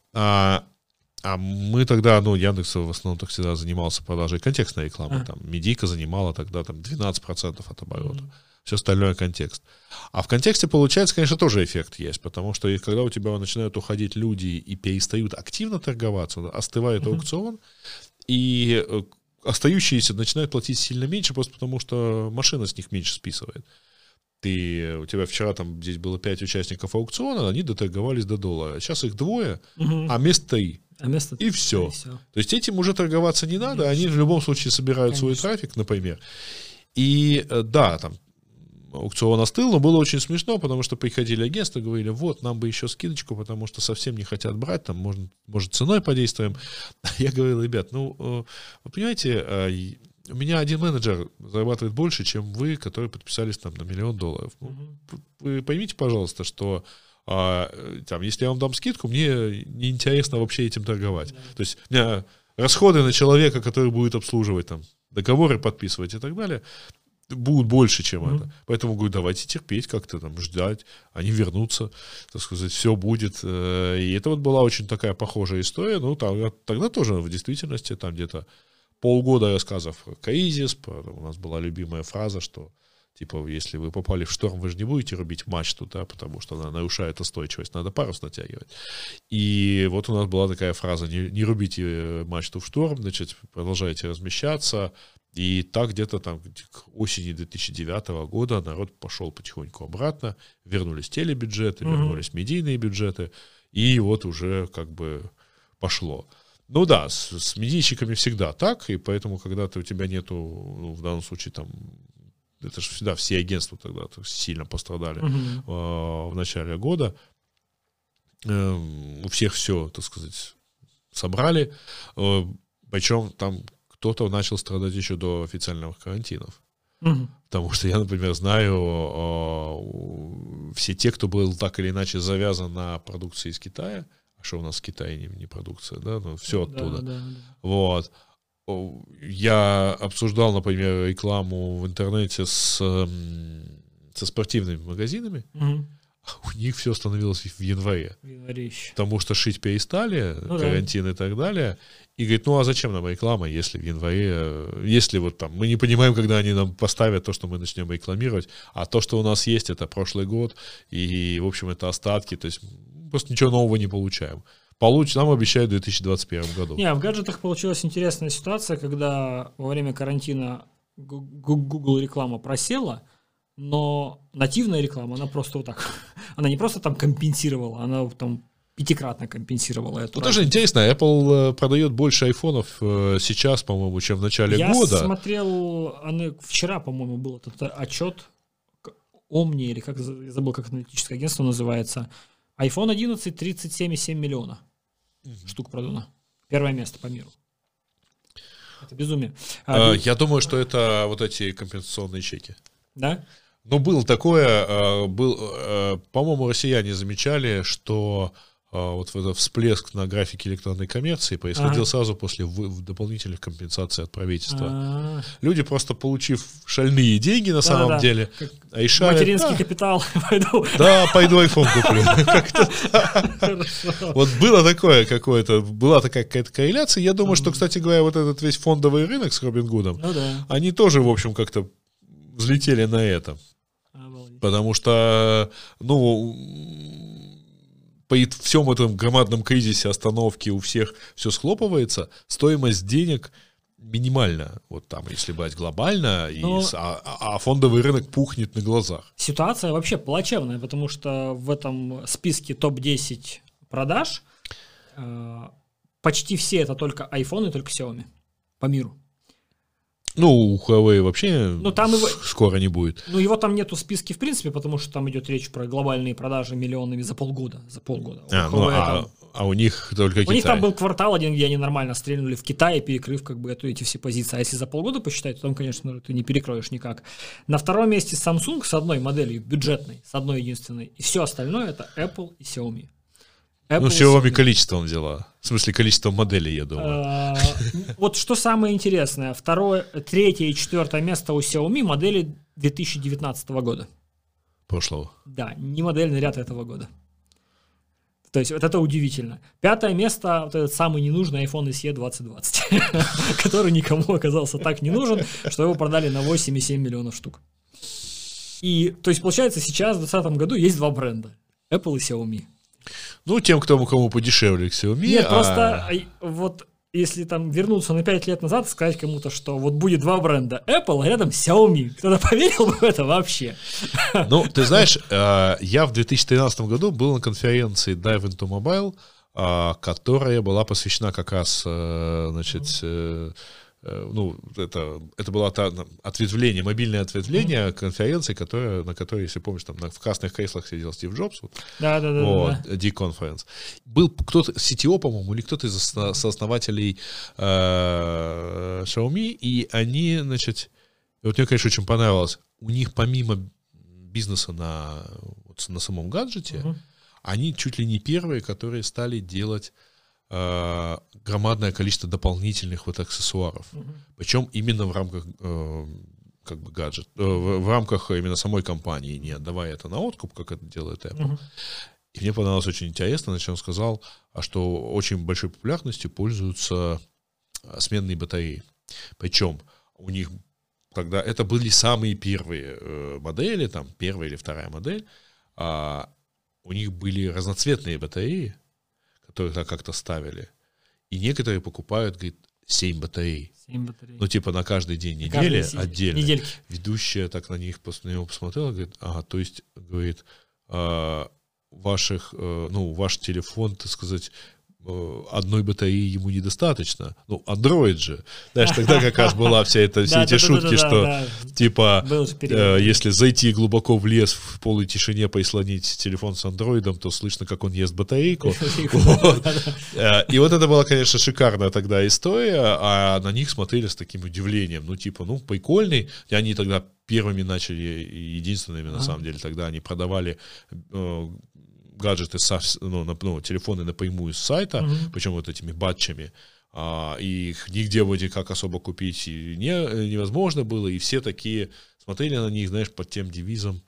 а мы тогда, Яндекс в основном так всегда занимался продажей контекстной рекламы. Там медийка занимала тогда там 12% от оборота. Все остальное контекст. А в контексте, получается, конечно, тоже эффект есть, потому что когда у тебя начинают уходить люди и перестают активно торговаться, остывает аукцион, и остающиеся начинают платить сильно меньше, просто потому что машина с них меньше списывает. У тебя вчера там здесь было 5 участников аукциона, они доторговались до $1. Сейчас их 2, а мест 3. И все. То есть этим уже торговаться не надо, они в любом случае собирают свой трафик, например. И да, там аукцион остыл, но было очень смешно, потому что приходили агентства, говорили, вот, нам бы еще скидочку, потому что совсем не хотят брать, там, может ценой подействуем. Я говорил, ребят, вы понимаете, у меня один менеджер зарабатывает больше, чем вы, которые подписались там на $1 миллион. Вы поймите, пожалуйста, что если я вам дам скидку, мне неинтересно вообще этим торговать. То есть у меня расходы на человека, который будет обслуживать там договоры, подписывать и так далее, будут больше, чем это. Поэтому говорю, давайте терпеть, как-то там ждать, они вернутся, так сказать, все будет. И это вот была очень такая похожая история. Тогда тоже в действительности там где-то полгода рассказов про кризис, у нас была любимая фраза, что типа, если вы попали в шторм, вы же не будете рубить мачту, да, потому что она нарушает устойчивость, надо парус натягивать. И вот у нас была такая фраза, не рубите мачту в шторм, значит, продолжайте размещаться. И так где-то там к осени 2009 года народ пошел потихоньку обратно, вернулись телебюджеты, вернулись медийные бюджеты, и вот уже как бы пошло. Ну да, с медийщиками всегда так, и поэтому, когда у тебя нету, в данном случае там, это же всегда все агентства тогда сильно пострадали в начале года. У всех все, так сказать, собрали. Причем там кто-то начал страдать еще до официальных карантинов. Потому что я, например, знаю все те, кто был так или иначе завязан на продукции из Китая, а что у нас в Китае не продукция, да, но все оттуда. Вот. я обсуждал, например, рекламу в интернете со спортивными магазинами, у них все становилось в январе. Потому что шить перестали, карантин и так далее. И говорит, ну а зачем нам реклама, если в январе, если вот там, мы не понимаем, когда они нам поставят то, что мы начнем рекламировать, а то, что у нас есть, это прошлый год, и, в общем, это остатки, то есть просто ничего нового не получаем. Нам обещают в 2021 году. Не, в гаджетах получилась интересная ситуация, когда во время карантина Google реклама просела, но нативная реклама, она просто вот так, она не просто там компенсировала, она там 5-кратно компенсировала эту. Ну, тоже интересно, Apple продает больше айфонов сейчас, по-моему, чем в начале года. Я смотрел, вчера, по-моему, был этот отчет Omni, или как, я забыл, как аналитическое агентство называется. iPhone 11 37,7 миллиона штук продано. Первое место по миру. Это безумие. Я думаю, что это вот эти компенсационные чеки. Да? Ну, было такое, по-моему, россияне замечали, что вот этот всплеск на графике электронной коммерции происходил сразу после дополнительных компенсаций от правительства. Люди, просто получив шальные деньги на самом деле, решали... Материнский капитал. Пойду iPhone куплю. Вот было такое какое-то, была такая какая-то корреляция. Я думаю, что, кстати говоря, вот этот весь фондовый рынок с Робингудом, они тоже, в общем, как-то взлетели на это. Потому что, при всем этом громадном кризисе, остановке у всех все схлопывается, стоимость денег минимальна. Вот там, если брать глобально, а фондовый рынок пухнет на глазах. Ситуация вообще плачевная, потому что в этом списке топ-10 продаж почти все это только iPhone и только Xiaomi по миру. Ну, у Huawei вообще там скоро не будет. Ну, его там нету в списке в принципе, потому что там идет речь про глобальные продажи миллионами за полгода. А у них только Китай. У них там был квартал один, где они нормально стрельнули в Китае, перекрыв как бы эти все позиции. А если за полгода посчитать, то там, конечно, ты не перекроешь никак. На втором месте Samsung с одной моделью бюджетной, с одной единственной. И все остальное это Apple и Xiaomi. Xiaomi количеством взяла. В смысле, количеством моделей, я думаю. Вот что самое интересное. Третье и четвертое место у Xiaomi модели 2019 года. Прошлого. Да, не модельный ряд этого года. То есть вот это удивительно. Пятое место, вот этот самый ненужный iPhone SE 2020, который никому оказался так не нужен, что его продали на 8,7 миллионов штук. И, то есть, получается, сейчас в 2020 году есть два бренда. Apple и Xiaomi. Ну, тем, кому подешевле Xiaomi. Нет, просто вот если там вернуться на 5 лет назад и сказать кому-то, что вот будет два бренда Apple, а рядом Xiaomi, кто-то поверил бы в это вообще? Ну, ты знаешь, я в 2013 году был на конференции Dive into Mobile, которая была посвящена как раз, значит, это было ответвление, мобильное ответвление конференции, на которой, если помнишь, там в красных креслах сидел Стив Джобс. Да. D-Conference. Был кто-то, CTO, по-моему, или кто-то из сооснователей Xiaomi, и они, значит, вот мне, конечно, очень понравилось, у них помимо бизнеса на самом гаджете, они чуть ли не первые, которые стали делать громадное количество дополнительных вот аксессуаров. Причем именно в рамках как бы гаджет, в рамках именно самой компании, не отдавая это на откуп, как это делает Apple. И мне понравилось очень интересно, значит, он сказал, что очень большой популярностью пользуются сменные батареи. Причем у них тогда это были самые первые модели, там первая или вторая модель, у них были разноцветные батареи, которые так как-то ставили. И некоторые покупают, говорит, 7 батарей. 7 батарей. Ну, типа на каждый день недели отдельно. Недельки. Ведущая так на него посмотрела, говорит, то есть, говорит, ваш телефон, так сказать, одной батареи ему недостаточно. Ну, Android же. Знаешь, тогда как раз была все эти шутки, что типа, если зайти глубоко в лес в полной тишине, прислонить телефон с андроидом, то слышно, как он ест батарейку. И вот это была, конечно, шикарная тогда история, а на них смотрели с таким удивлением. Ну, типа, прикольный. И они тогда первыми начали, единственными, на самом деле, тогда они продавали гаджеты, телефоны напрямую с сайта, причем вот этими батчами. и их нигде вроде как особо купить невозможно было, и все такие смотрели на них, знаешь, под тем девизом,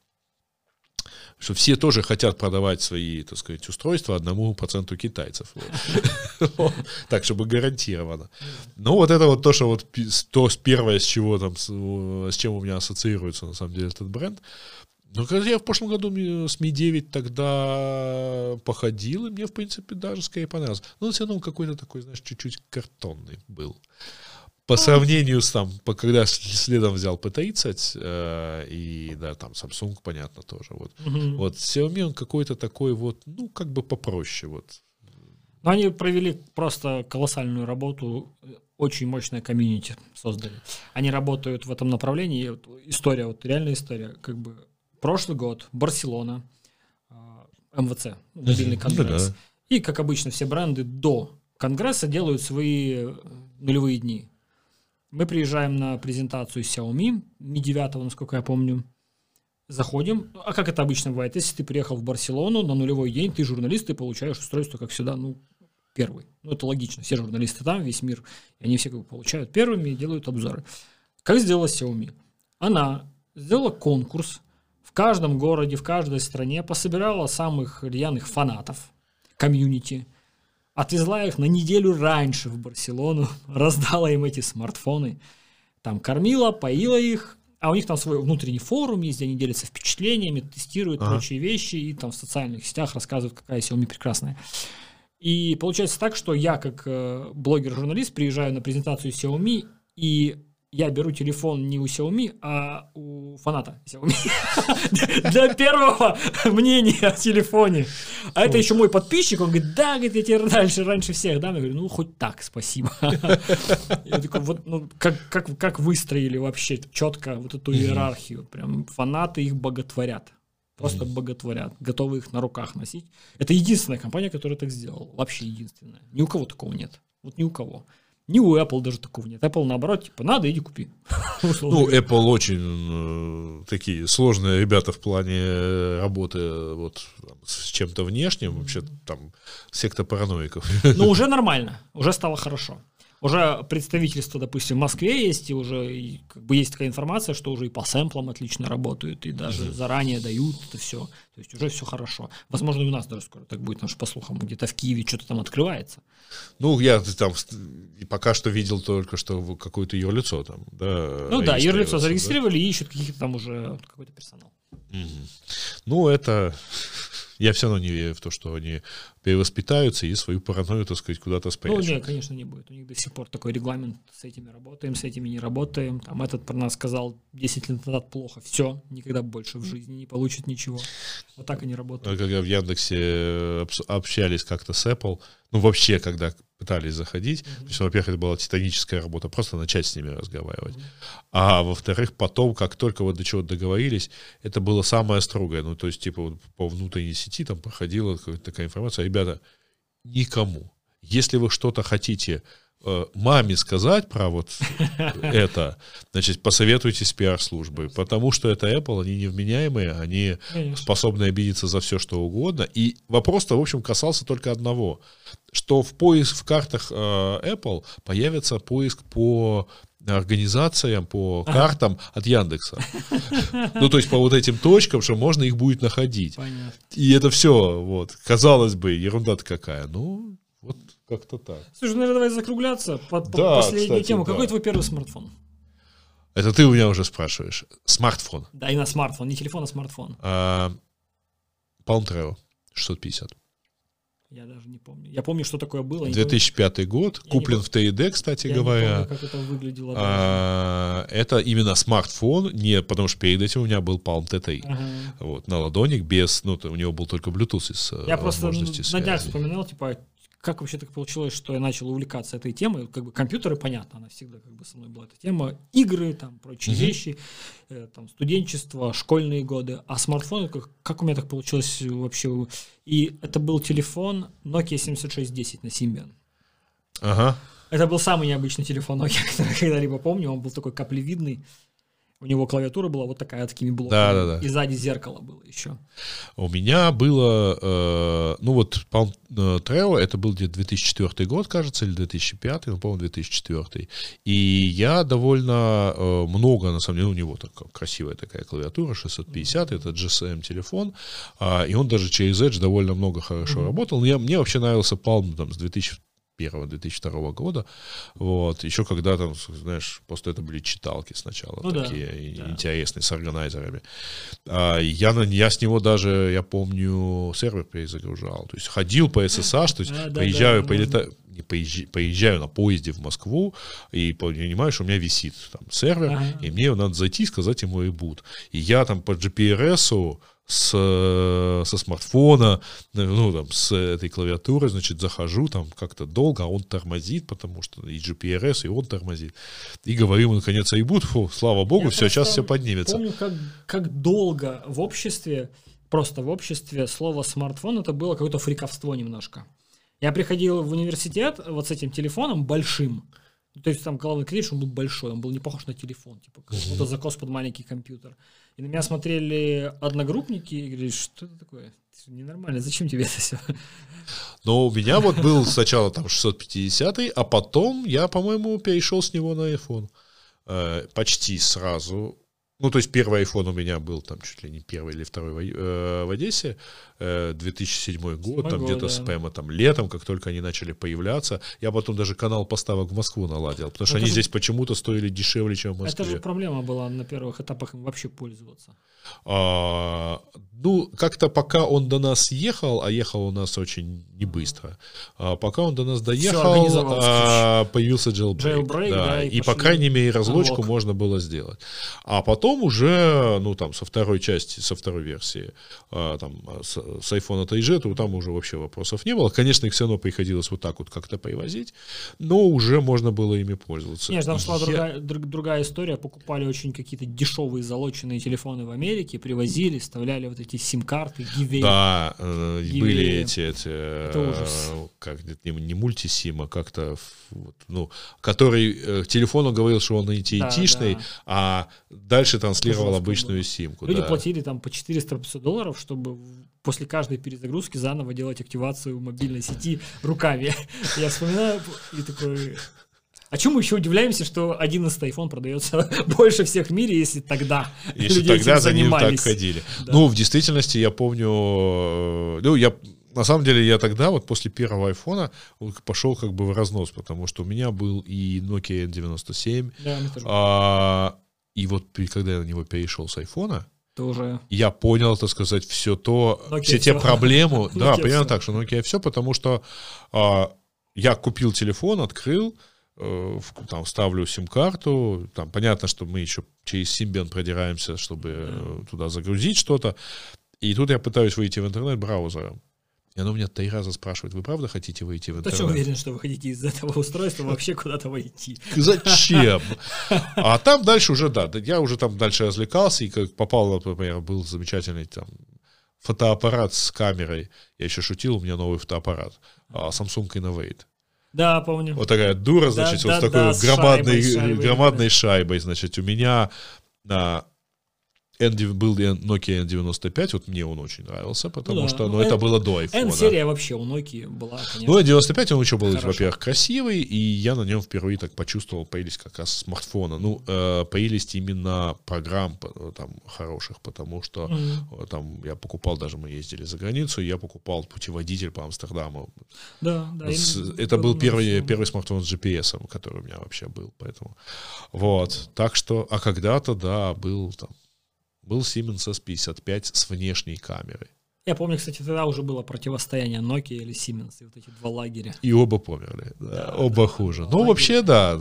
что все тоже хотят продавать свои, так сказать, устройства 1% китайцев. Так, чтобы гарантированно. Ну, вот это вот то, что вот первое, с чего там, с чем у меня ассоциируется, на самом деле, этот бренд. Ну, когда я в прошлом году с Mi 9 тогда походил, и мне, в принципе, даже скорее понравилось. Но он все равно какой-то такой, знаешь, чуть-чуть картонный был. По сравнению с там, когда следом взял P30, и да, там Samsung, понятно, тоже. Вот. Вот Xiaomi, он какой-то такой вот, ну, как бы попроще. Вот. Но они провели просто колоссальную работу, очень мощное комьюнити создали. Они работают в этом направлении. История, вот реальная история, как бы прошлый год, Барселона, МВЦ, мобильный конгресс. И, как обычно, все бренды до конгресса делают свои нулевые дни. Мы приезжаем на презентацию Xiaomi, Mi 9, насколько я помню, заходим. А как это обычно бывает? Если ты приехал в Барселону на нулевой день, ты журналист, ты получаешь устройство, как всегда, ну, первый. Ну, это логично. Все журналисты там, весь мир, и они все как бы получают первыми и делают обзоры. Как сделала Xiaomi? Она сделала конкурс в каждом городе, в каждой стране, пособирала самых рьяных фанатов, комьюнити, отвезла их на неделю раньше в Барселону, раздала им эти смартфоны, там кормила, поила их, а у них там свой внутренний форум есть, где они делятся впечатлениями, тестируют прочие вещи и там в социальных сетях рассказывают, какая Xiaomi прекрасная. И получается так, что я как блогер-журналист приезжаю на презентацию Xiaomi, и я беру телефон не у Xiaomi, а у фаната Xiaomi. Для первого мнения о телефоне. А это еще мой подписчик, он говорит, да, говорит, я тебе раньше всех дам. Я говорю, ну, хоть так, спасибо. Я такой, вот, ну, как выстроили вообще четко вот эту иерархию. Прям фанаты их боготворят. Просто боготворят. Готовы их на руках носить. Это единственная компания, которая так сделала. Вообще единственная. Ни у кого такого нет. Вот ни у кого. Ни у Apple даже такого нет. Apple, наоборот, типа, надо, иди купи. Ну, Apple очень такие сложные ребята в плане работы вот с чем-то внешним. Вообще там секта параноиков. Ну, уже нормально. Уже стало хорошо. Уже представительство, допустим, в Москве есть, и уже как бы есть такая информация, что уже и по сэмплам отлично работают, и даже заранее дают это все. То есть уже все хорошо. Возможно, и у нас даже скоро так будет, потому что, по слухам, где-то в Киеве что-то там открывается. Ну, я там пока что видел только, что какое-то юрлицо там. Да, ну да, юрлицо зарегистрировали, и ищут каких-то там уже какой-то персонал. Ну, это... Я все равно не верю в то, что они перевоспитаются и свою паранойю, так сказать, куда-то спрячут. Ну, нет, конечно, не будет. У них до сих пор такой регламент: с этими работаем, с этими не работаем. Там этот про нас сказал 10 лет назад плохо. Все, никогда больше в жизни не получит ничего. Вот так они работают. Когда в Яндексе общались как-то с Apple, ну, вообще, когда пытались заходить, то есть, во-первых, это была титаническая работа, просто начать с ними разговаривать. А во-вторых, потом, как только вот до чего договорились, это было самое строгое. Ну, то есть, типа, вот по внутренней сети там проходила такая информация. Ребята, никому. Если вы что-то хотите маме сказать про вот это, значит, посоветуйтесь с пиар-службой, потому что это Apple, они невменяемые, они способны обидеться за все, что угодно. И вопрос-то, в общем, касался только одного, что в картах Apple появится поиск по организациям, по картам от Яндекса. Ну, то есть по вот этим точкам, что можно их будет находить. Понятно. И это все, вот, казалось бы, ерунда-то какая. Ну, вот как-то так. Слушай, наверное, давай закругляться по Да, последнюю кстати, тему. да. Какой твой первый смартфон? Это ты у меня уже спрашиваешь. Смартфон. Да, и на смартфон. Не телефон, а смартфон. Palm Treo 650. Я даже не помню. Я помню, что такое было. 2005 год. Куплен в ТИД, кстати говоря. Я не помню, как это выглядело. Это именно смартфон, не потому что перед этим у меня был Palm T3. Вот, на ладоник, без, ну, у него был только Bluetooth с я просто возможностью связи. на днях вспоминал, типа, как вообще так получилось, что я начал увлекаться этой темой. Как бы компьютеры, понятно, она всегда как бы со мной была эта тема. Игры, там, прочие вещи, там, студенчество, школьные годы. А смартфоны, как у меня так получилось вообще? И это был телефон Nokia 7610 на Symbian. Ага. Это был самый необычный телефон Nokia, который я когда-либо помню. Он был такой каплевидный. У него клавиатура была вот такая, такими блоками. Да. И сзади зеркало было еще. У меня было, ну вот Palm Treo, это был где-то 2004 год, кажется, или 2005, ну, по-моему, 2004. И я довольно много, на самом деле, у него такая красивая такая клавиатура, 650, это GSM-телефон, и он даже через Edge довольно много хорошо работал. Мне вообще нравился Palm там, с 2001-2002 года, вот, еще когда там, знаешь, просто это были читалки сначала, ну, такие интересные, с органайзерами. Я с него даже, я помню, сервер перезагружал, то есть ходил по SSH, то есть поезжаю на поезде в Москву и понимаю, что у меня висит там сервер, и мне надо зайти и сказать ему reboot. И я там по GPRS со смартфона, ну, там, с этой клавиатуры, значит, захожу, там, как-то долго, а он тормозит, потому что и GPRS, и он тормозит. И говорю ему, наконец, ребут, слава богу, я сейчас все поднимется. Помню, как долго в обществе, просто в обществе слово смартфон, это было какое-то фриковство немножко. Я приходил в университет вот с этим телефоном большим, то есть там главный клавиш, он был большой, он был не похож на телефон, типа какой-то закос под маленький компьютер. И на меня смотрели одногруппники и говорили, что это такое? Это ненормально, зачем тебе это все? Но у меня вот был сначала там 650, а потом я, по-моему, перешел с него на iPhone. Почти сразу. Ну, то есть первый iPhone у меня был там чуть ли не первый или второй в Одессе, 2007 год, там где-то спэма, там летом, как только они начали появляться. Я потом даже канал поставок в Москву наладил, потому что они здесь почему-то стоили дешевле, чем в Москве. Это же проблема была на первых этапах вообще пользоваться. Ну, как-то пока он до нас ехал, а ехал у нас очень не быстро, пока он до нас доехал, появился jailbreak, да, и по крайней мере разлочку можно было сделать. А потом уже, ну, там, со второй части, со второй версии, там, с iPhone 3G, то там уже вообще вопросов не было. Конечно, их все равно приходилось вот так вот как-то привозить, но уже можно было ими пользоваться. Нет, там шла другая история. Покупали очень какие-то дешевые залоченные телефоны в Америке, привозили, вставляли вот эти сим-карты, гивей. Да, были эти это ужас. Как, не мультисим, а как-то, ну, который телефону говорил, что он AT&T-шный, а дальше транслировал обычную симку. Люди платили там по $400-500, чтобы после каждой перезагрузки заново делать активацию мобильной сети руками. Я вспоминаю и такой... А чем мы еще удивляемся, что 11 iPhone продается больше всех в мире, если тогда люди этим за ним так ходили. Да. Ну, в действительности, я помню... Ну, на самом деле, я тогда, вот после первого айфона, пошел как бы в разнос, потому что у меня был и Nokia N97, и вот когда я на него перешел с айфона, я понял, так сказать, все те проблемы. Да, примерно так, что Nokia все, потому что я купил телефон, открыл, там вставлю сим-карту, там понятно, что мы еще через Symbian продираемся, чтобы туда загрузить что-то, и тут я пытаюсь выйти в интернет браузером. И оно меня 3 раза спрашивает, вы правда хотите выйти в интернет? Точно уверен, что вы хотите из этого устройства вообще куда-то войти? Зачем? А там дальше уже, да, я уже там дальше развлекался, и как попал, например, был замечательный там фотоаппарат с камерой. Я еще шутил, у меня новый фотоаппарат. Samsung Innovate. Да, помню. Вот такая дура, значит, вот с такой громадной шайбой, значит, у меня был Nokia N95, вот мне он очень нравился, потому что это было до iPhone. N-серия вообще у Nokia была, конечно. Ну, N95, он еще был, во-первых, красивый, и я на нем впервые так почувствовал прелесть как раз смартфона. Ну, прелесть именно программ там хороших, потому что там я покупал, даже мы ездили за границу, я покупал путеводитель по Амстердаму. Да. Это был первый смартфон с GPS, который у меня вообще был, поэтому. Вот, так что, а когда-то, да, был Siemens S55 с внешней камерой. Я помню, кстати, тогда уже было противостояние Nokia или Siemens, и вот эти два лагеря. И оба померли, оба хуже. Ну, вообще, да.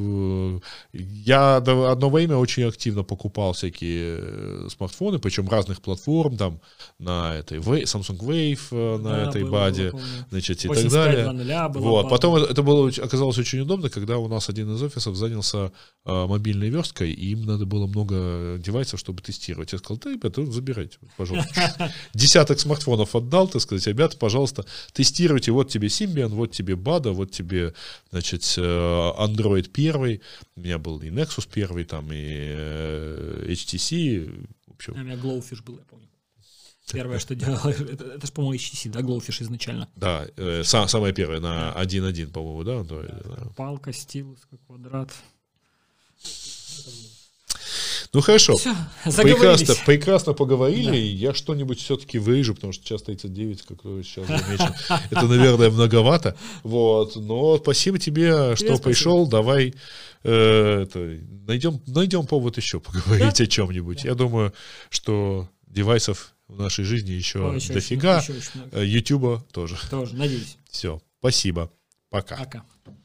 Я одно время очень активно покупал всякие смартфоны, причем разных платформ, там, на этой Samsung Wave, на этой баде, значит, и так далее. Вот. Потом это оказалось очень удобно, когда у нас один из офисов занялся мобильной версткой, и им надо было много девайсов, чтобы тестировать. Я сказал, да, ребята, забирайте, пожалуйста. Десяток десяток смартфонов отдал, так сказать, ребята, пожалуйста, тестируйте, вот тебе Symbian, вот тебе Bada, вот тебе, значит, Android 1, у меня был и Nexus 1, там, и HTC, в общем. У меня Glowfish был, я помню. Первое, что делал, это же, по-моему, HTC, да, Glowfish изначально. Да, самое первое, на 1.1, по-моему, да? Да. Палка, стилус, квадрат. Ну хорошо, Всё, заговорились. прекрасно поговорили, Да. я что-нибудь все-таки вырежу, потому что час 39, как сейчас замечен, это, наверное, многовато, вот, но спасибо тебе, что пришел, давай найдем повод еще поговорить о чем-нибудь. Я думаю, что девайсов в нашей жизни еще дофига, еще много. Ютуба тоже. Тоже, надеюсь. Все, спасибо, пока. Пока.